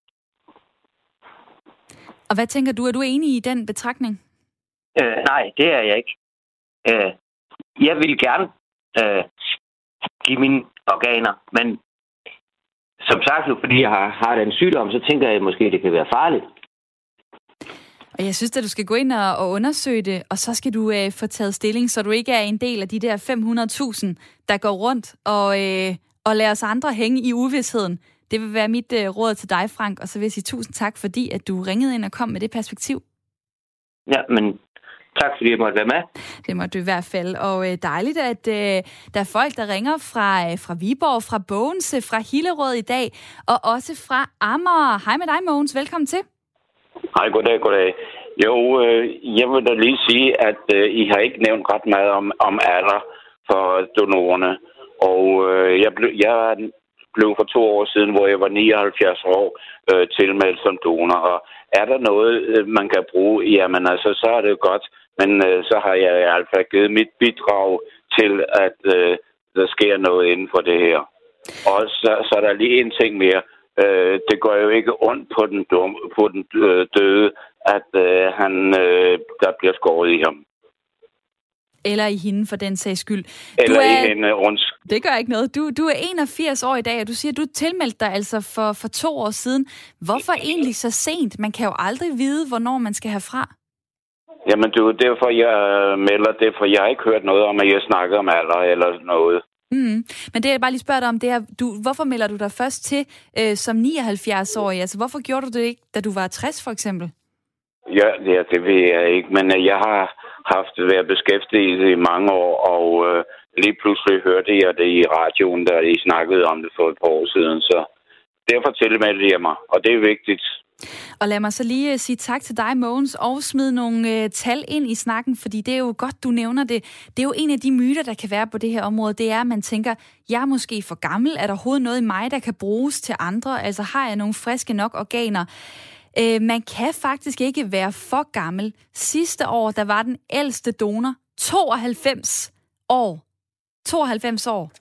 Og hvad tænker du? Er du enig i den betragtning? Øh, nej, det er jeg ikke. Øh, jeg vil gerne øh, give mine organer, men som sagt, fordi jeg har, har den sygdom, så tænker jeg måske, at det kan være farligt. Og jeg synes, at du skal gå ind og, og undersøge det, og så skal du øh, få taget stilling, så du ikke er en del af de der fem hundrede tusind, der går rundt og, øh, og lader os andre hænge i uvidsheden. Det vil være mit øh, råd til dig, Frank, og så vil jeg sige tusind tak, fordi at du ringede ind og kom med det perspektiv. Ja, men tak, fordi jeg måtte være med. Det måtte du i hvert fald, og øh, dejligt, at øh, der er folk, der ringer fra, øh, fra Viborg, fra Bogense, fra Hillerød i dag, og også fra Amager. Hej med dig, Mogens. Velkommen til. Hej, goddag, goddag. Jo, øh, jeg vil da lige sige, at øh, I har ikke nævnt ret meget om, om alder for donorerne. Og øh, jeg, ble, jeg blev for to år siden, hvor jeg var nioghalvfjerds år, øh, tilmeldt som donor. Og er der noget, øh, man kan bruge? Jamen altså, så er det godt. Men øh, så har jeg i hvert fald givet mit bidrag til, at øh, der sker noget inden for det her. Og så, så er der lige en ting mere. Øh, det går jo ikke ondt på den, dum, på den øh, døde, at øh, han, øh, der bliver skåret i ham. Eller i hende, for den sags skyld. Eller du er, i hende, rundt. Det gør ikke noget. Du, du er enogfirs år i dag, og du siger, at du tilmeldte dig altså for, for to år siden. Hvorfor egentlig så sent? Man kan jo aldrig vide, hvornår man skal herfra. Jamen, det er derfor, jeg melder det, for jeg har ikke hørt noget om, at jeg snakker om alder eller noget. Mm. Men det jeg bare lige spørger dig om, det er, du, hvorfor melder du dig først til øh, som nioghalvfjerds-årig? Altså, hvorfor gjorde du det ikke, da du var tres, for eksempel? Ja, det, det ved jeg ikke, men jeg har haft været beskæftiget i mange år, og øh, lige pludselig hørte jeg det i radioen, da I snakkede om det for et par år siden, så derfor tilmeldte jeg mig, og det er vigtigt. Og lad mig så lige sige tak til dig, Mogens, og smide nogle øh, tal ind i snakken, fordi det er jo godt, du nævner det. Det er jo en af de myter, der kan være på det her område, det er, at man tænker, jeg er måske for gammel, er der overhovedet noget i mig, der kan bruges til andre, altså har jeg nogle friske nok organer? Øh, man kan faktisk ikke være for gammel. Sidste år, der var den ældste donor tooghalvfems år. tooghalvfems år.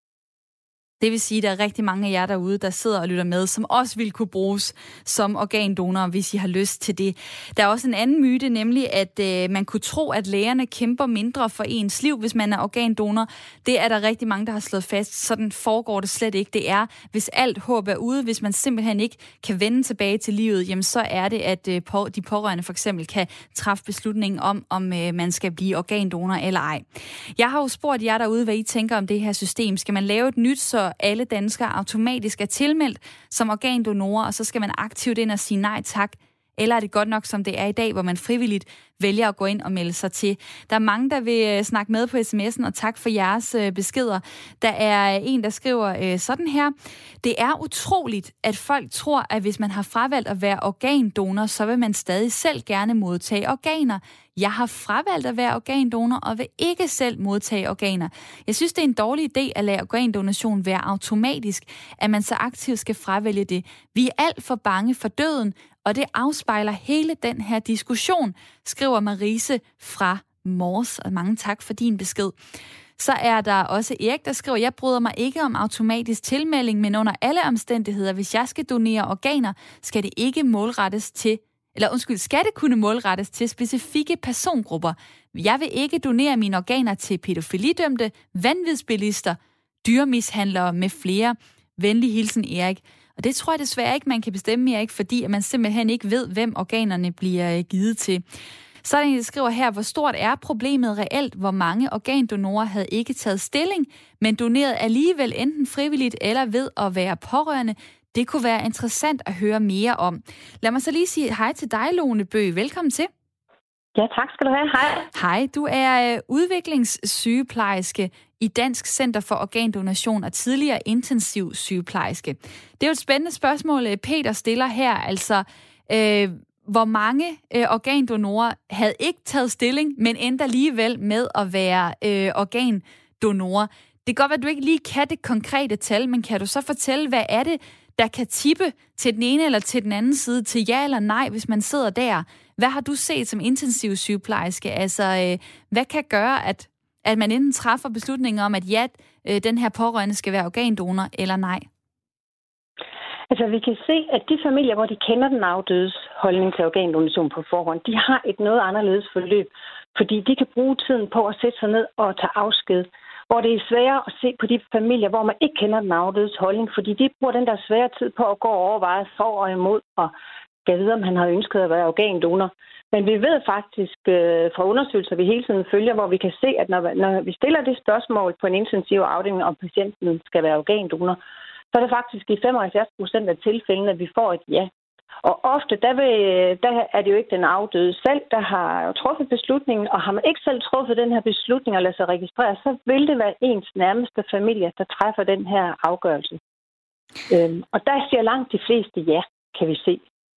Det vil sige, at der er rigtig mange af jer derude, der sidder og lytter med, som også vil kunne bruges som organdonorer, hvis I har lyst til det. Der er også en anden myte, nemlig at øh, man kunne tro, at lægerne kæmper mindre for ens liv, hvis man er organdonor. Det er der rigtig mange, der har slået fast. Sådan foregår det slet ikke. Det er, hvis alt håb er ude, hvis man simpelthen ikke kan vende tilbage til livet, jamen så er det, at øh, på, de pårørende for eksempel kan træffe beslutningen om, om øh, man skal blive organdonor eller ej. Jeg har jo spurgt jer derude, hvad I tænker om det her system. Skal man lave et nyt, så alle danskere automatisk er tilmeldt som organdonorer, og så skal man aktivt ind og sige nej tak? Eller er det godt nok, som det er i dag, hvor man frivilligt vælger at gå ind og melde sig til? Der er mange, der vil snakke med på sms'en, og tak for jeres beskeder. Der er en, der skriver sådan her. Det er utroligt, at folk tror, at hvis man har fravalgt at være organdonor, så vil man stadig selv gerne modtage organer. Jeg har fravalgt at være organdonor og vil ikke selv modtage organer. Jeg synes, det er en dårlig idé at lade organdonation være automatisk, at man så aktivt skal fravælge det. Vi er alt for bange for døden, og det afspejler hele den her diskussion, skriver Marise fra Mors. Og mange tak for din besked. Så er der også Erik, der skriver, jeg bryder mig ikke om automatisk tilmelding, men under alle omstændigheder, hvis jeg skal donere organer, skal det ikke målrettes til Eller undskyld, skal det kunne målrettes til specifikke persongrupper? Jeg vil ikke donere mine organer til pædofilidømte, vanvidsbilister, dyremishandlere med flere. Venlig hilsen, Erik. Og det tror jeg desværre ikke, man kan bestemme, Erik, fordi at man simpelthen ikke ved, hvem organerne bliver givet til. Så er der en, der skriver her, hvor stort er problemet reelt, hvor mange organdonorer havde ikke taget stilling, men doneret alligevel enten frivilligt eller ved at være pårørende. Det kunne være interessant at høre mere om. Lad mig så lige sige hej til dig, Lone Bøgh. Velkommen til. Ja, tak skal du have. Hej. Hej, du er udviklingssygeplejerske i Dansk Center for Organdonation og tidligere intensiv sygeplejerske. Det er jo et spændende spørgsmål, Peter stiller her. Altså, øh, hvor mange øh, organdonorer havde ikke taget stilling, men endte alligevel med at være øh, organdonorer. Det kan godt være, at du ikke lige kan det konkrete tal, men kan du så fortælle, hvad er det, der kan tippe til den ene eller til den anden side, til ja eller nej, hvis man sidder der? Hvad har du set som intensiv sygeplejerske? Altså, øh, hvad kan gøre, at, at man enten træffer beslutninger om, at ja, øh, den her pårørende skal være organdonor, eller nej? Altså, vi kan se, at de familier, hvor de kender den afdødes holdning til organdonation på forhånd, de har et noget anderledes forløb, fordi de kan bruge tiden på at sætte sig ned og tage afsked. Hvor det er sværere at se på de familier, hvor man ikke kender den afdødes holdning, fordi de bruger den der svære tid på at gå og overveje for og imod, og skal vide, om han har ønsket at være organdonor. Men vi ved faktisk øh, fra undersøgelser, vi hele tiden følger, hvor vi kan se, at når, når vi stiller det spørgsmål på en intensiv afdeling, om patienten skal være organdonor, så er det faktisk i femoghalvfjerds procent af tilfældene, at vi får et ja. Og ofte, der, vil, der er det jo ikke den afdøde selv, der har truffet beslutningen, og har man ikke selv truffet den her beslutning og lader sig registrere, så vil det være ens nærmeste familie, der træffer den her afgørelse. Øhm, og der siger langt de fleste ja, kan vi se.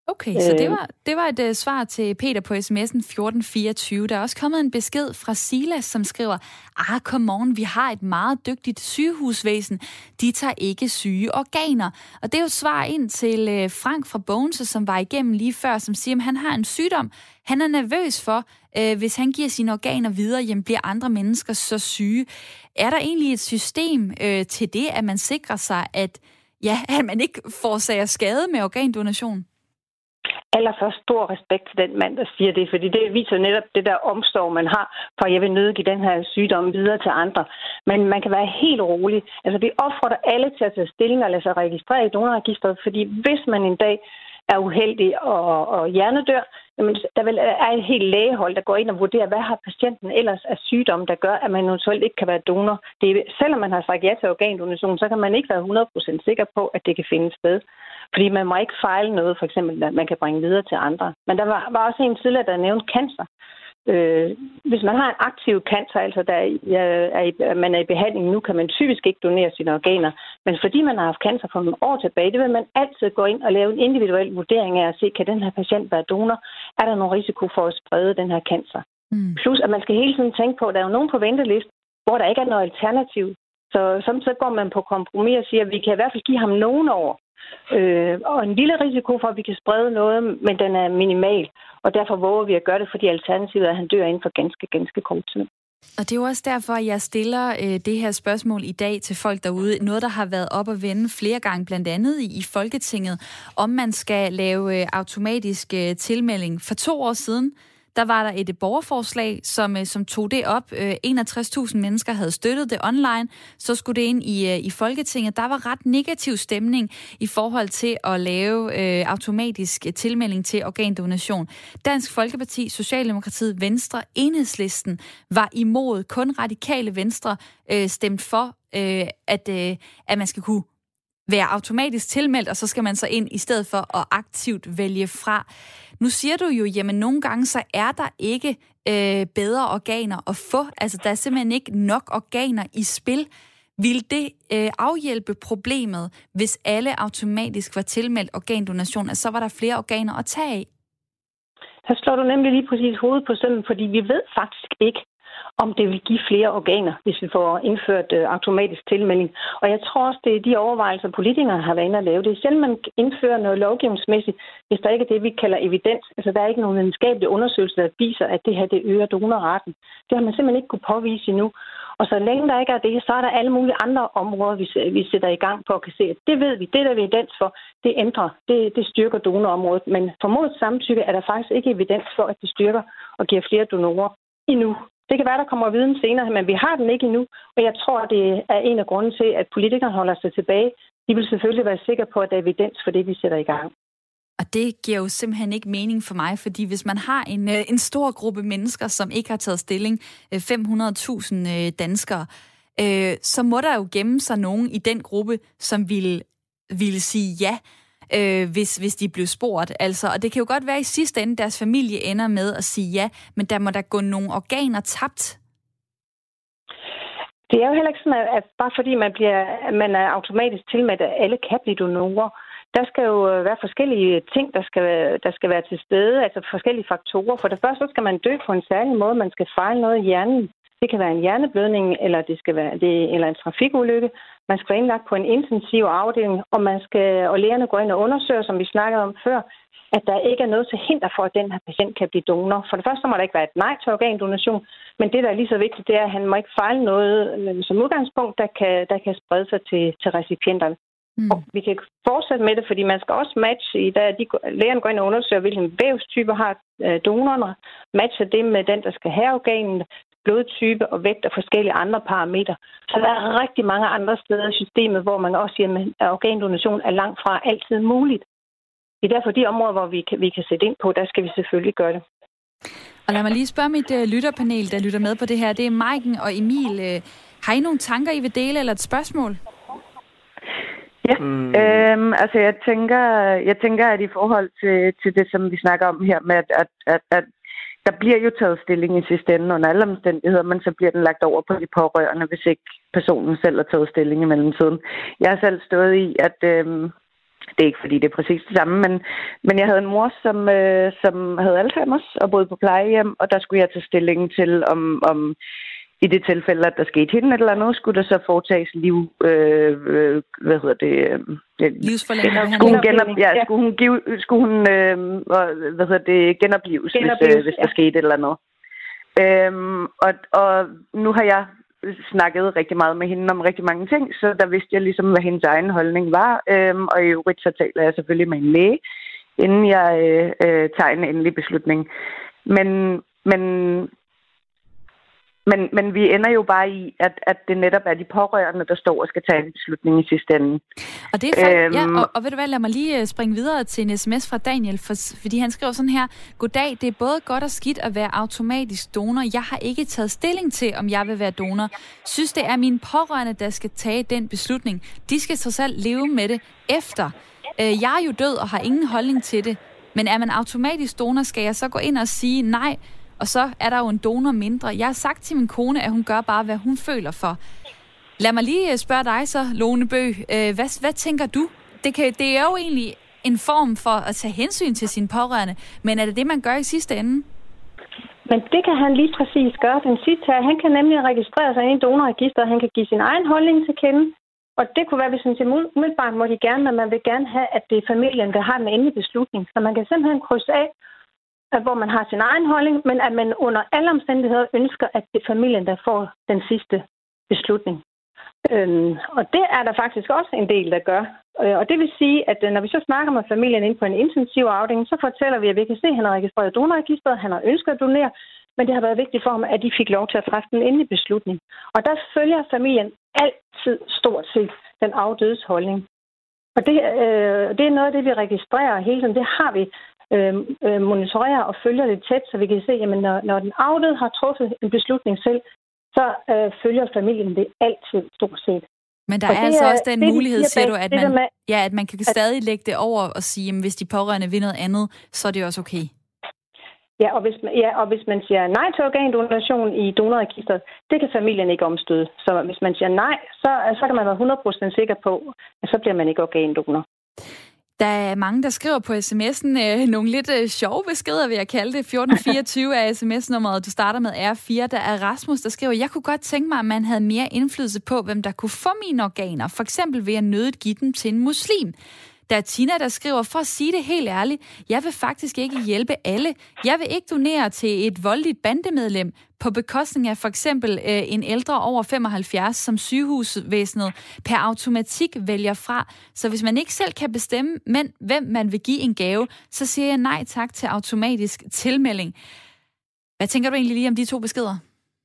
Okay, så det var, det var et uh, svar til Peter på sms'en fjorten fireogtyve. Der er også kommet en besked fra Silas, som skriver, ah, come on, vi har et meget dygtigt sygehusvæsen. De tager ikke syge organer. Og det er jo et svar ind til uh, Frank fra Bogense, som var igennem lige før, som siger, at han har en sygdom. Han er nervøs for, uh, hvis han giver sine organer videre, jamen bliver andre mennesker så syge. Er der egentlig et system uh, til det, at man sikrer sig, at, ja, at man ikke forårsager skade med organdonation? Allerførst stor respekt til den mand, der siger det, fordi det viser netop det der omsorg, man har, for at jeg vil nødgive den her sygdom videre til andre. Men man kan være helt rolig. Altså, vi opfordrer alle til at tage stilling og lade sig registrere i donorregistret, fordi hvis man en dag er uheldig og, og hjernedør, jamen, der vil, er et helt lægehold, der går ind og vurderer, hvad har patienten ellers af sygdom, der gør, at man eventuelt ikke kan være donor. Det er, selvom man har sagt ja til organdonation, så kan man ikke være hundrede procent sikker på, at det kan finde sted. Fordi man må ikke fejle noget, for eksempel, at man kan bringe videre til andre. Men der var, var også en tidligere, der nævnte cancer. Øh, hvis man har en aktiv cancer, altså der er, er, man er i behandling nu, kan man typisk ikke donere sine organer. Men fordi man har haft cancer for nogle år tilbage, det vil man altid gå ind og lave en individuel vurdering af at se, kan den her patient være donor? Er der nogen risiko for at sprede den her cancer? Mm. Plus, at man skal hele tiden tænke på, at der er jo nogen på venteliste, hvor der ikke er noget alternativ. Så samtidig går man på kompromis og siger, at vi kan i hvert fald give ham nogen år. Øh, og en lille risiko for, at vi kan sprede noget, men den er minimal. Og derfor våger vi at gøre det, fordi alternativet er, at han dør inden for ganske, ganske kort tid. Og det er jo også derfor, at jeg stiller øh, det her spørgsmål i dag til folk derude. Noget, der har været op at vende flere gange, blandt andet i, i Folketinget, om man skal lave øh, automatisk øh, tilmelding. For to år siden, der var der et borgerforslag, som, som tog det op. enogtres tusind mennesker havde støttet det online. Så skulle det ind i, i Folketinget. Der var ret negativ stemning i forhold til at lave øh, automatisk tilmelding til organdonation. Dansk Folkeparti, Socialdemokratiet, Venstre, Enhedslisten var imod. Kun Radikale Venstre øh, stemte for, øh, at, øh, at man skal kunne være automatisk tilmeldt, og så skal man så ind i stedet for at aktivt vælge fra. Nu siger du jo, jamen nogle gange så er der ikke øh, bedre organer at få. Altså der er simpelthen ikke nok organer i spil. Vil det øh, afhjælpe problemet, hvis alle automatisk var tilmeldt organdonation, at så var der flere organer at tage af? Her slår du nemlig lige præcis hovedet på sømmen, fordi vi ved faktisk ikke, om det vil give flere organer, hvis vi får indført øh, automatisk tilmelding. Og jeg tror også, det er de overvejelser, politikere har været inde at lave. Det er sjældent, man indfører noget lovgivningsmæssigt, hvis der ikke er det, vi kalder evidens. Altså, der er ikke nogen videnskabelig undersøgelse, der viser, at det her det øger donorraten. Det har man simpelthen ikke kunne påvise endnu. Og så længe der ikke er det, så er der alle mulige andre områder, vi, vi sætter i gang på at kan se, at det ved vi, det der er evidens for, det ændrer, det, det styrker donorområdet. Men formodet samtykke er der faktisk ikke evidens for, at det styrker og giver flere donorer endnu. Det kan være, der kommer viden senere, men vi har den ikke endnu, og jeg tror, det er en af grunden til, at politikerne holder sig tilbage. De vil selvfølgelig være sikre på, at der er evidens for det, vi sætter i gang. Og det giver jo simpelthen ikke mening for mig, fordi hvis man har en, en stor gruppe mennesker, som ikke har taget stilling, fem hundrede tusind danskere, øh, så må der jo gemme sig nogen i den gruppe, som vil, vil sige ja, øh, hvis, hvis de blev spurgt. Altså, og det kan jo godt være, at i sidste ende deres familie ender med at sige ja, men der må der gå nogle organer tabt. Det er jo heller ikke sådan, at bare fordi man, bliver, man er automatisk tilmeldt, at alle kan blive donorer. Der skal jo være forskellige ting, der skal, der skal være til stede, altså forskellige faktorer. For det første, så skal man dø på en særlig måde. Man skal fejle noget i hjernen. Det kan være en hjerneblødning, eller det skal være det, eller en trafikulykke. Man skal være indlagt på en intensiv afdeling, og, man skal, og lægerne går ind og undersøger, som vi snakkede om før, at der ikke er noget til hinder for, at den her patient kan blive donor. For det første, så må der ikke være et nej til organdonation, men det, der er lige så vigtigt, det er, at han må ikke fejle noget som udgangspunkt, der kan, der kan sprede sig til, til recipienterne. Mm. Og vi kan fortsætte med det, fordi man skal også matche, i da de, lægerne går ind og undersøger, hvilken vævstype har donorerne, matche det med den, der skal have organet, blodtype og vægt og forskellige andre parametre. Så der er rigtig mange andre steder i systemet, hvor man også siger, at organdonation er langt fra altid muligt. Det er derfor de områder, hvor vi kan, vi kan sætte ind på, der skal vi selvfølgelig gøre det. Og lad mig lige spørge mit uh, lytterpanel, der lytter med på det her. Det er Maiken og Emil. Uh, har I nogle tanker, I vil dele, eller et spørgsmål? Ja, mm. øhm, altså jeg tænker, jeg tænker, at i forhold til, til det, som vi snakker om her, med at, at, at, at der bliver jo taget stilling i sidste ende under alle omstændigheder, men så bliver den lagt over på de pårørende, hvis ikke personen selv har taget stilling i mellemtiden. Jeg har selv stået i, at øhm, det er ikke fordi, det er præcis det samme, men, men jeg havde en mor, som, øh, som havde Alzheimer's og boede på plejehjem, og der skulle jeg tage stilling til, om, om i det tilfælde, at der skete hende et eller andet, skulle der så foretages liv, øh, øh, hvad hedder det? Øh, Livsforlængende skulle hun, genop, ja, skulle hun, give, skulle hun øh, hvad hedder det, genoplives, genoplives hvis, øh, hvis der ja. skete et eller andet. Øhm, og, og nu har jeg snakket rigtig meget med hende om rigtig mange ting, så der vidste jeg ligesom, hvad hendes egen holdning var. Øhm, og i øvrigt så taler jeg selvfølgelig med en læge, inden jeg øh, øh, tager en endelig beslutning. Men, men, men, men vi ender jo bare i, at, at det netop er de pårørende, der står og skal tage en beslutning i sidste ende. Og det er faktisk, øhm, ja, og, og ved du hvad, lad mig lige springe videre til en sms fra Daniel, for, fordi han skriver sådan her: Goddag, det er både godt og skidt at være automatisk donor. Jeg har ikke taget stilling til, om jeg vil være donor. Synes, det er mine pårørende, der skal tage den beslutning. De skal trods alt leve med det efter. Jeg er jo død og har ingen holdning til det, men er man automatisk donor, skal jeg så gå ind og sige nej, og så er der jo en donor mindre. Jeg har sagt til min kone, at hun gør bare, hvad hun føler for. Lad mig lige spørge dig så, Lone Bøgh. Hvad, hvad tænker du? Det, kan, det er jo egentlig en form for at tage hensyn til sine pårørende, men er det det, man gør i sidste ende? Men det kan han lige præcis gøre. Den sidste her, han kan nemlig registrere sig i en donorregister, han kan give sin egen holdning til kende. Og det kunne være, hvis man siger, umiddelbart må de gerne, men man vil gerne have, at det er familien, der har den endelige beslutning. Så man kan simpelthen krydse af, hvor man har sin egen holdning, men at man under alle omstændigheder ønsker, at det er familien, der får den sidste beslutning. Øhm, og det er der faktisk også en del, der gør. Og det vil sige, at når vi så snakker med familien ind på en intensiv afdeling, så fortæller vi, at vi kan se, at han har registreret donorregisteret, han har ønsket at donere, men det har været vigtigt for ham, at de fik lov til at træffe den endelige beslutning. Og der følger familien altid stort set den afdødes holdning. Og det, øh, det er noget af det, vi registrerer hele tiden. Det har vi øh, monitorerer og følger det tæt, så vi kan se, at når, når den afdøde har truffet en beslutning selv, så øh, følger familien det altid stort set. Men der og er altså er, også den det, mulighed, de siger du, at man, med, ja, at man kan at, stadig lægge det over og sige, at hvis de pårørende vil noget andet, så er det også okay. Ja, og hvis, ja, og hvis man siger nej til organdonation i donorregisteret, det kan familien ikke omstøde. Så hvis man siger nej, så, så kan man være hundrede procent sikker på, at så bliver man ikke organdonor. Der er mange, der skriver på sms'en øh, nogle lidt øh, sjove beskeder, vil jeg kalde det. fjorten fireogtyve er sms-nummeret, du starter med R fire. Der er Rasmus, der skriver, jeg kunne godt tænke mig, at man havde mere indflydelse på, hvem der kunne få mine organer. For eksempel ved at nødigt give dem til en muslim. Der er Tina, der skriver, for at sige det helt ærligt, jeg vil faktisk ikke hjælpe alle. Jeg vil ikke donere til et voldeligt bandemedlem på bekostning af for eksempel øh, en ældre over femoghalvfjerds, som sygehusvæsenet per automatik vælger fra. Så hvis man ikke selv kan bestemme, men hvem man vil give en gave, så siger jeg nej tak til automatisk tilmelding. Hvad tænker du egentlig lige om de to beskeder?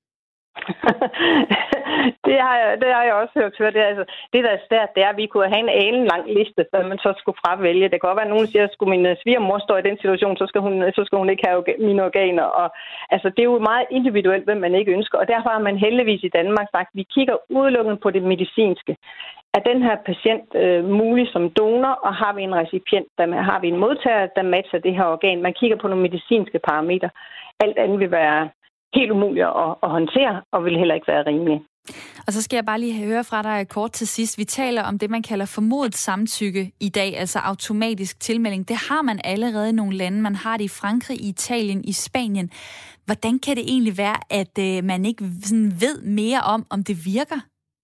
Det har, jeg, det har jeg også hørt før. Det, altså, det, der er svært, det er, at vi kunne have en alen lang liste, hvad man så skulle fravælge. Det kan godt være, at nogen siger, at skulle min svigermor stå i den situation, så skal hun, så skal hun ikke have mine organer. Og, altså, det er jo meget individuelt, hvem man ikke ønsker. Og derfor har man heldigvis i Danmark sagt, at vi kigger udelukkende på det medicinske. Er den her patient øh, mulig som donor, og har vi en recipient, der har vi en modtager, der matcher det her organ? Man kigger på nogle medicinske parametre. Alt andet vil være helt umuligt at, at håndtere, og vil heller ikke være rimeligt. Og så skal jeg bare lige høre fra dig kort til sidst. Vi taler om det, man kalder formodet samtykke i dag, altså automatisk tilmelding. Det har man allerede i nogle lande. Man har det i Frankrig, i Italien, i Spanien. Hvordan kan det egentlig være, at øh, man ikke sådan ved mere om, om det virker?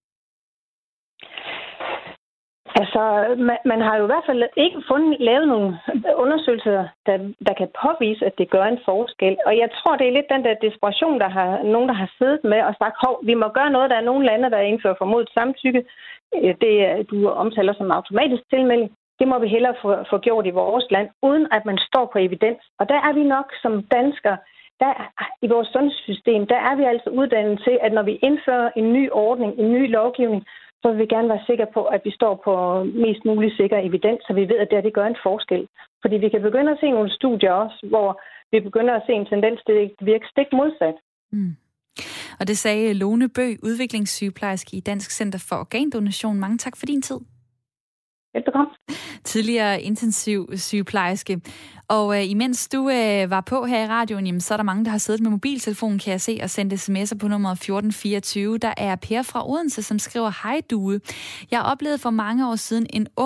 Altså, man, man har jo i hvert fald ikke fundet, lavet nogle undersøgelser, der, der kan påvise, at det gør en forskel. Og jeg tror, det er lidt den der desperation, der har nogen, der har siddet med og sagt, hov, vi må gøre noget. Der er nogle lande, der indfører formodet samtykke. Det du omtaler som automatisk tilmelding. Det må vi hellere få, få gjort i vores land, uden at man står på evidens. Og der er vi nok som danskere, der, i vores sundhedssystem, der er vi altså uddannet til, at når vi indfører en ny ordning, en ny lovgivning, så vil vi gerne være sikre på, at vi står på mest mulig sikker evidens, så vi ved, at det, her, det gør en forskel. Fordi vi kan begynde at se nogle studier også, hvor vi begynder at se en tendens til at virke stik modsat. Mm. Og det sagde Lone Bøgh, udviklingssygeplejerske i Dansk Center for Organdonation. Mange tak for din tid. Velbekomme. Tidligere intensiv sygeplejerske. Og øh, imens du øh, var på her i radioen, jamen, så er der mange, der har siddet med mobiltelefonen, kan jeg se, og sendt sms'er på nummeret fjorten fireogtyve. Der er Per fra Odense, som skriver, hej Due. Jeg oplevede for mange år siden en ung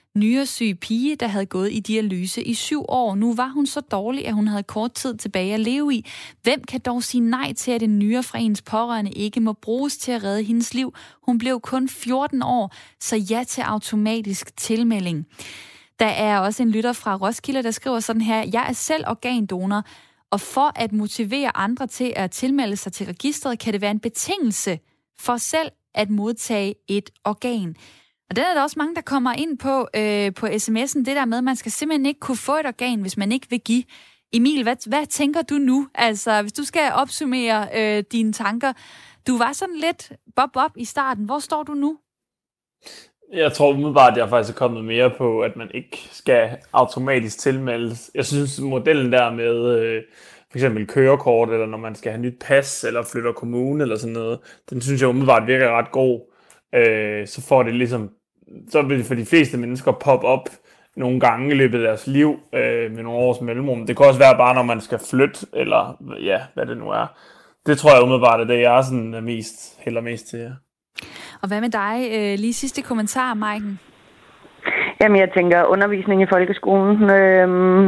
nyresyg pige, der havde gået i dialyse i syv år. Nu var hun så dårlig, at hun havde kort tid tilbage at leve i. Hvem kan dog sige nej til, at en nyre fra hendes pårørende ikke må bruges til at redde hendes liv? Hun blev kun fjorten år, så ja til automatisk tilmelding. Der er også en lytter fra Roskilde, der skriver sådan her: Jeg er selv organdonor, og for at motivere andre til at tilmelde sig til registret, kan det være en betingelse for selv at modtage et organ. Og den er der også mange, der kommer ind på øh, på sms'en, det der med, at man skal simpelthen ikke kunne få et organ, hvis man ikke vil give. Emil, hvad, hvad tænker du nu? Altså, hvis du skal opsummere øh, dine tanker. Du var sådan lidt bob-bob i starten. Hvor står du nu? Jeg tror umiddelbart, at jeg faktisk er kommet mere på, at man ikke skal automatisk tilmeldes. Jeg synes, modellen der med øh, for eksempel kørekort, eller når man skal have nyt pas, eller flytter kommune, eller sådan noget, den synes jeg umiddelbart virker ret god. Øh, så får det ligesom, så vil det for de fleste mennesker poppe op nogle gange i løbet af deres liv øh, med nogle års mellemrum. Det kan også være bare, når man skal flytte, eller ja, hvad det nu er. Det tror jeg umiddelbart er det, jeg er sådan er mest, hælder mest til. Ja. Og hvad med dig? Øh, lige sidste kommentar, Maiken. Jamen, jeg tænker undervisning i folkeskolen. Øhm,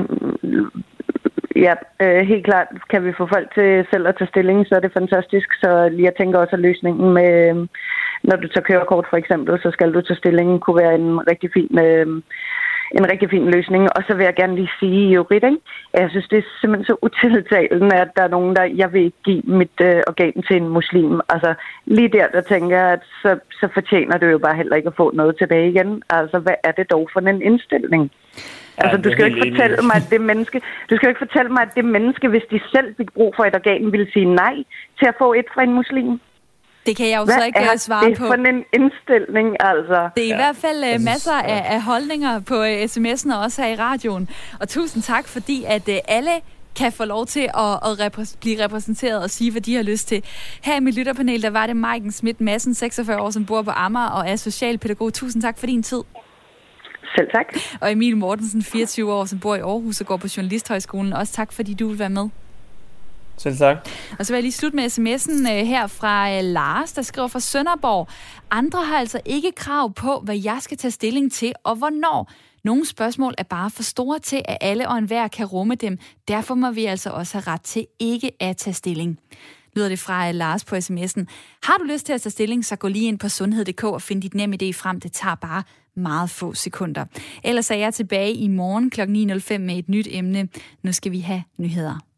ja, øh, helt klart kan vi få folk til selv at tage stilling, så er det fantastisk. Så jeg tænker også, at løsningen med, når du tager kørekort for eksempel, så skal du tage stilling, kunne være en rigtig fin... Øh, en rigtig fin løsning. Og så vil jeg gerne lige sige i øvrigt, ikke? Jeg synes, det er simpelthen så utiltalende, at der er nogen, der, jeg vil ikke give mit øh, organ til en muslim. Altså, lige der, der tænker jeg, at så, så fortjener du jo bare heller ikke at få noget tilbage igen. Altså, hvad er det dog for en indstilling? Ja, altså, du skal jo ikke fortælle mig, at det menneske, du skal jo ikke fortælle mig, at det menneske, hvis de selv fik brug for et organ, ville sige nej til at få et fra en muslim. Det kan jeg jo Hvad så ikke er svare det på. For en indstilling, altså? Det er i ja. hvert fald uh, masser af, af holdninger på uh, sms'en og også her i radioen. Og tusind tak, fordi at uh, alle kan få lov til at, at repræs- blive repræsenteret og sige, hvad de har lyst til. Her i mit lytterpanel, der var det Maiken Schmidt Madsen, seksogfyrre år, som bor på Amager og er socialpædagog. Tusind tak for din tid. Selv tak. Og Emil Mortensen, fireogtyve år, som bor i Aarhus og går på Journalisthøjskolen. Også tak, fordi du vil være med. Selv tak. Og så vil jeg lige slutte med sms'en her fra Lars, der skriver fra Sønderborg. Andre har altså ikke krav på, hvad jeg skal tage stilling til, og hvornår. Nogle spørgsmål er bare for store til, at alle og enhver kan rumme dem. Derfor må vi altså også have ret til ikke at tage stilling. Lyder det fra Lars på sms'en. Har du lyst til at tage stilling, så gå lige ind på sundhed punktum d k og find dit nem idé frem. Det tager bare meget få sekunder. Ellers er jeg tilbage i morgen klokken ni nul fem med et nyt emne. Nu skal vi have nyheder.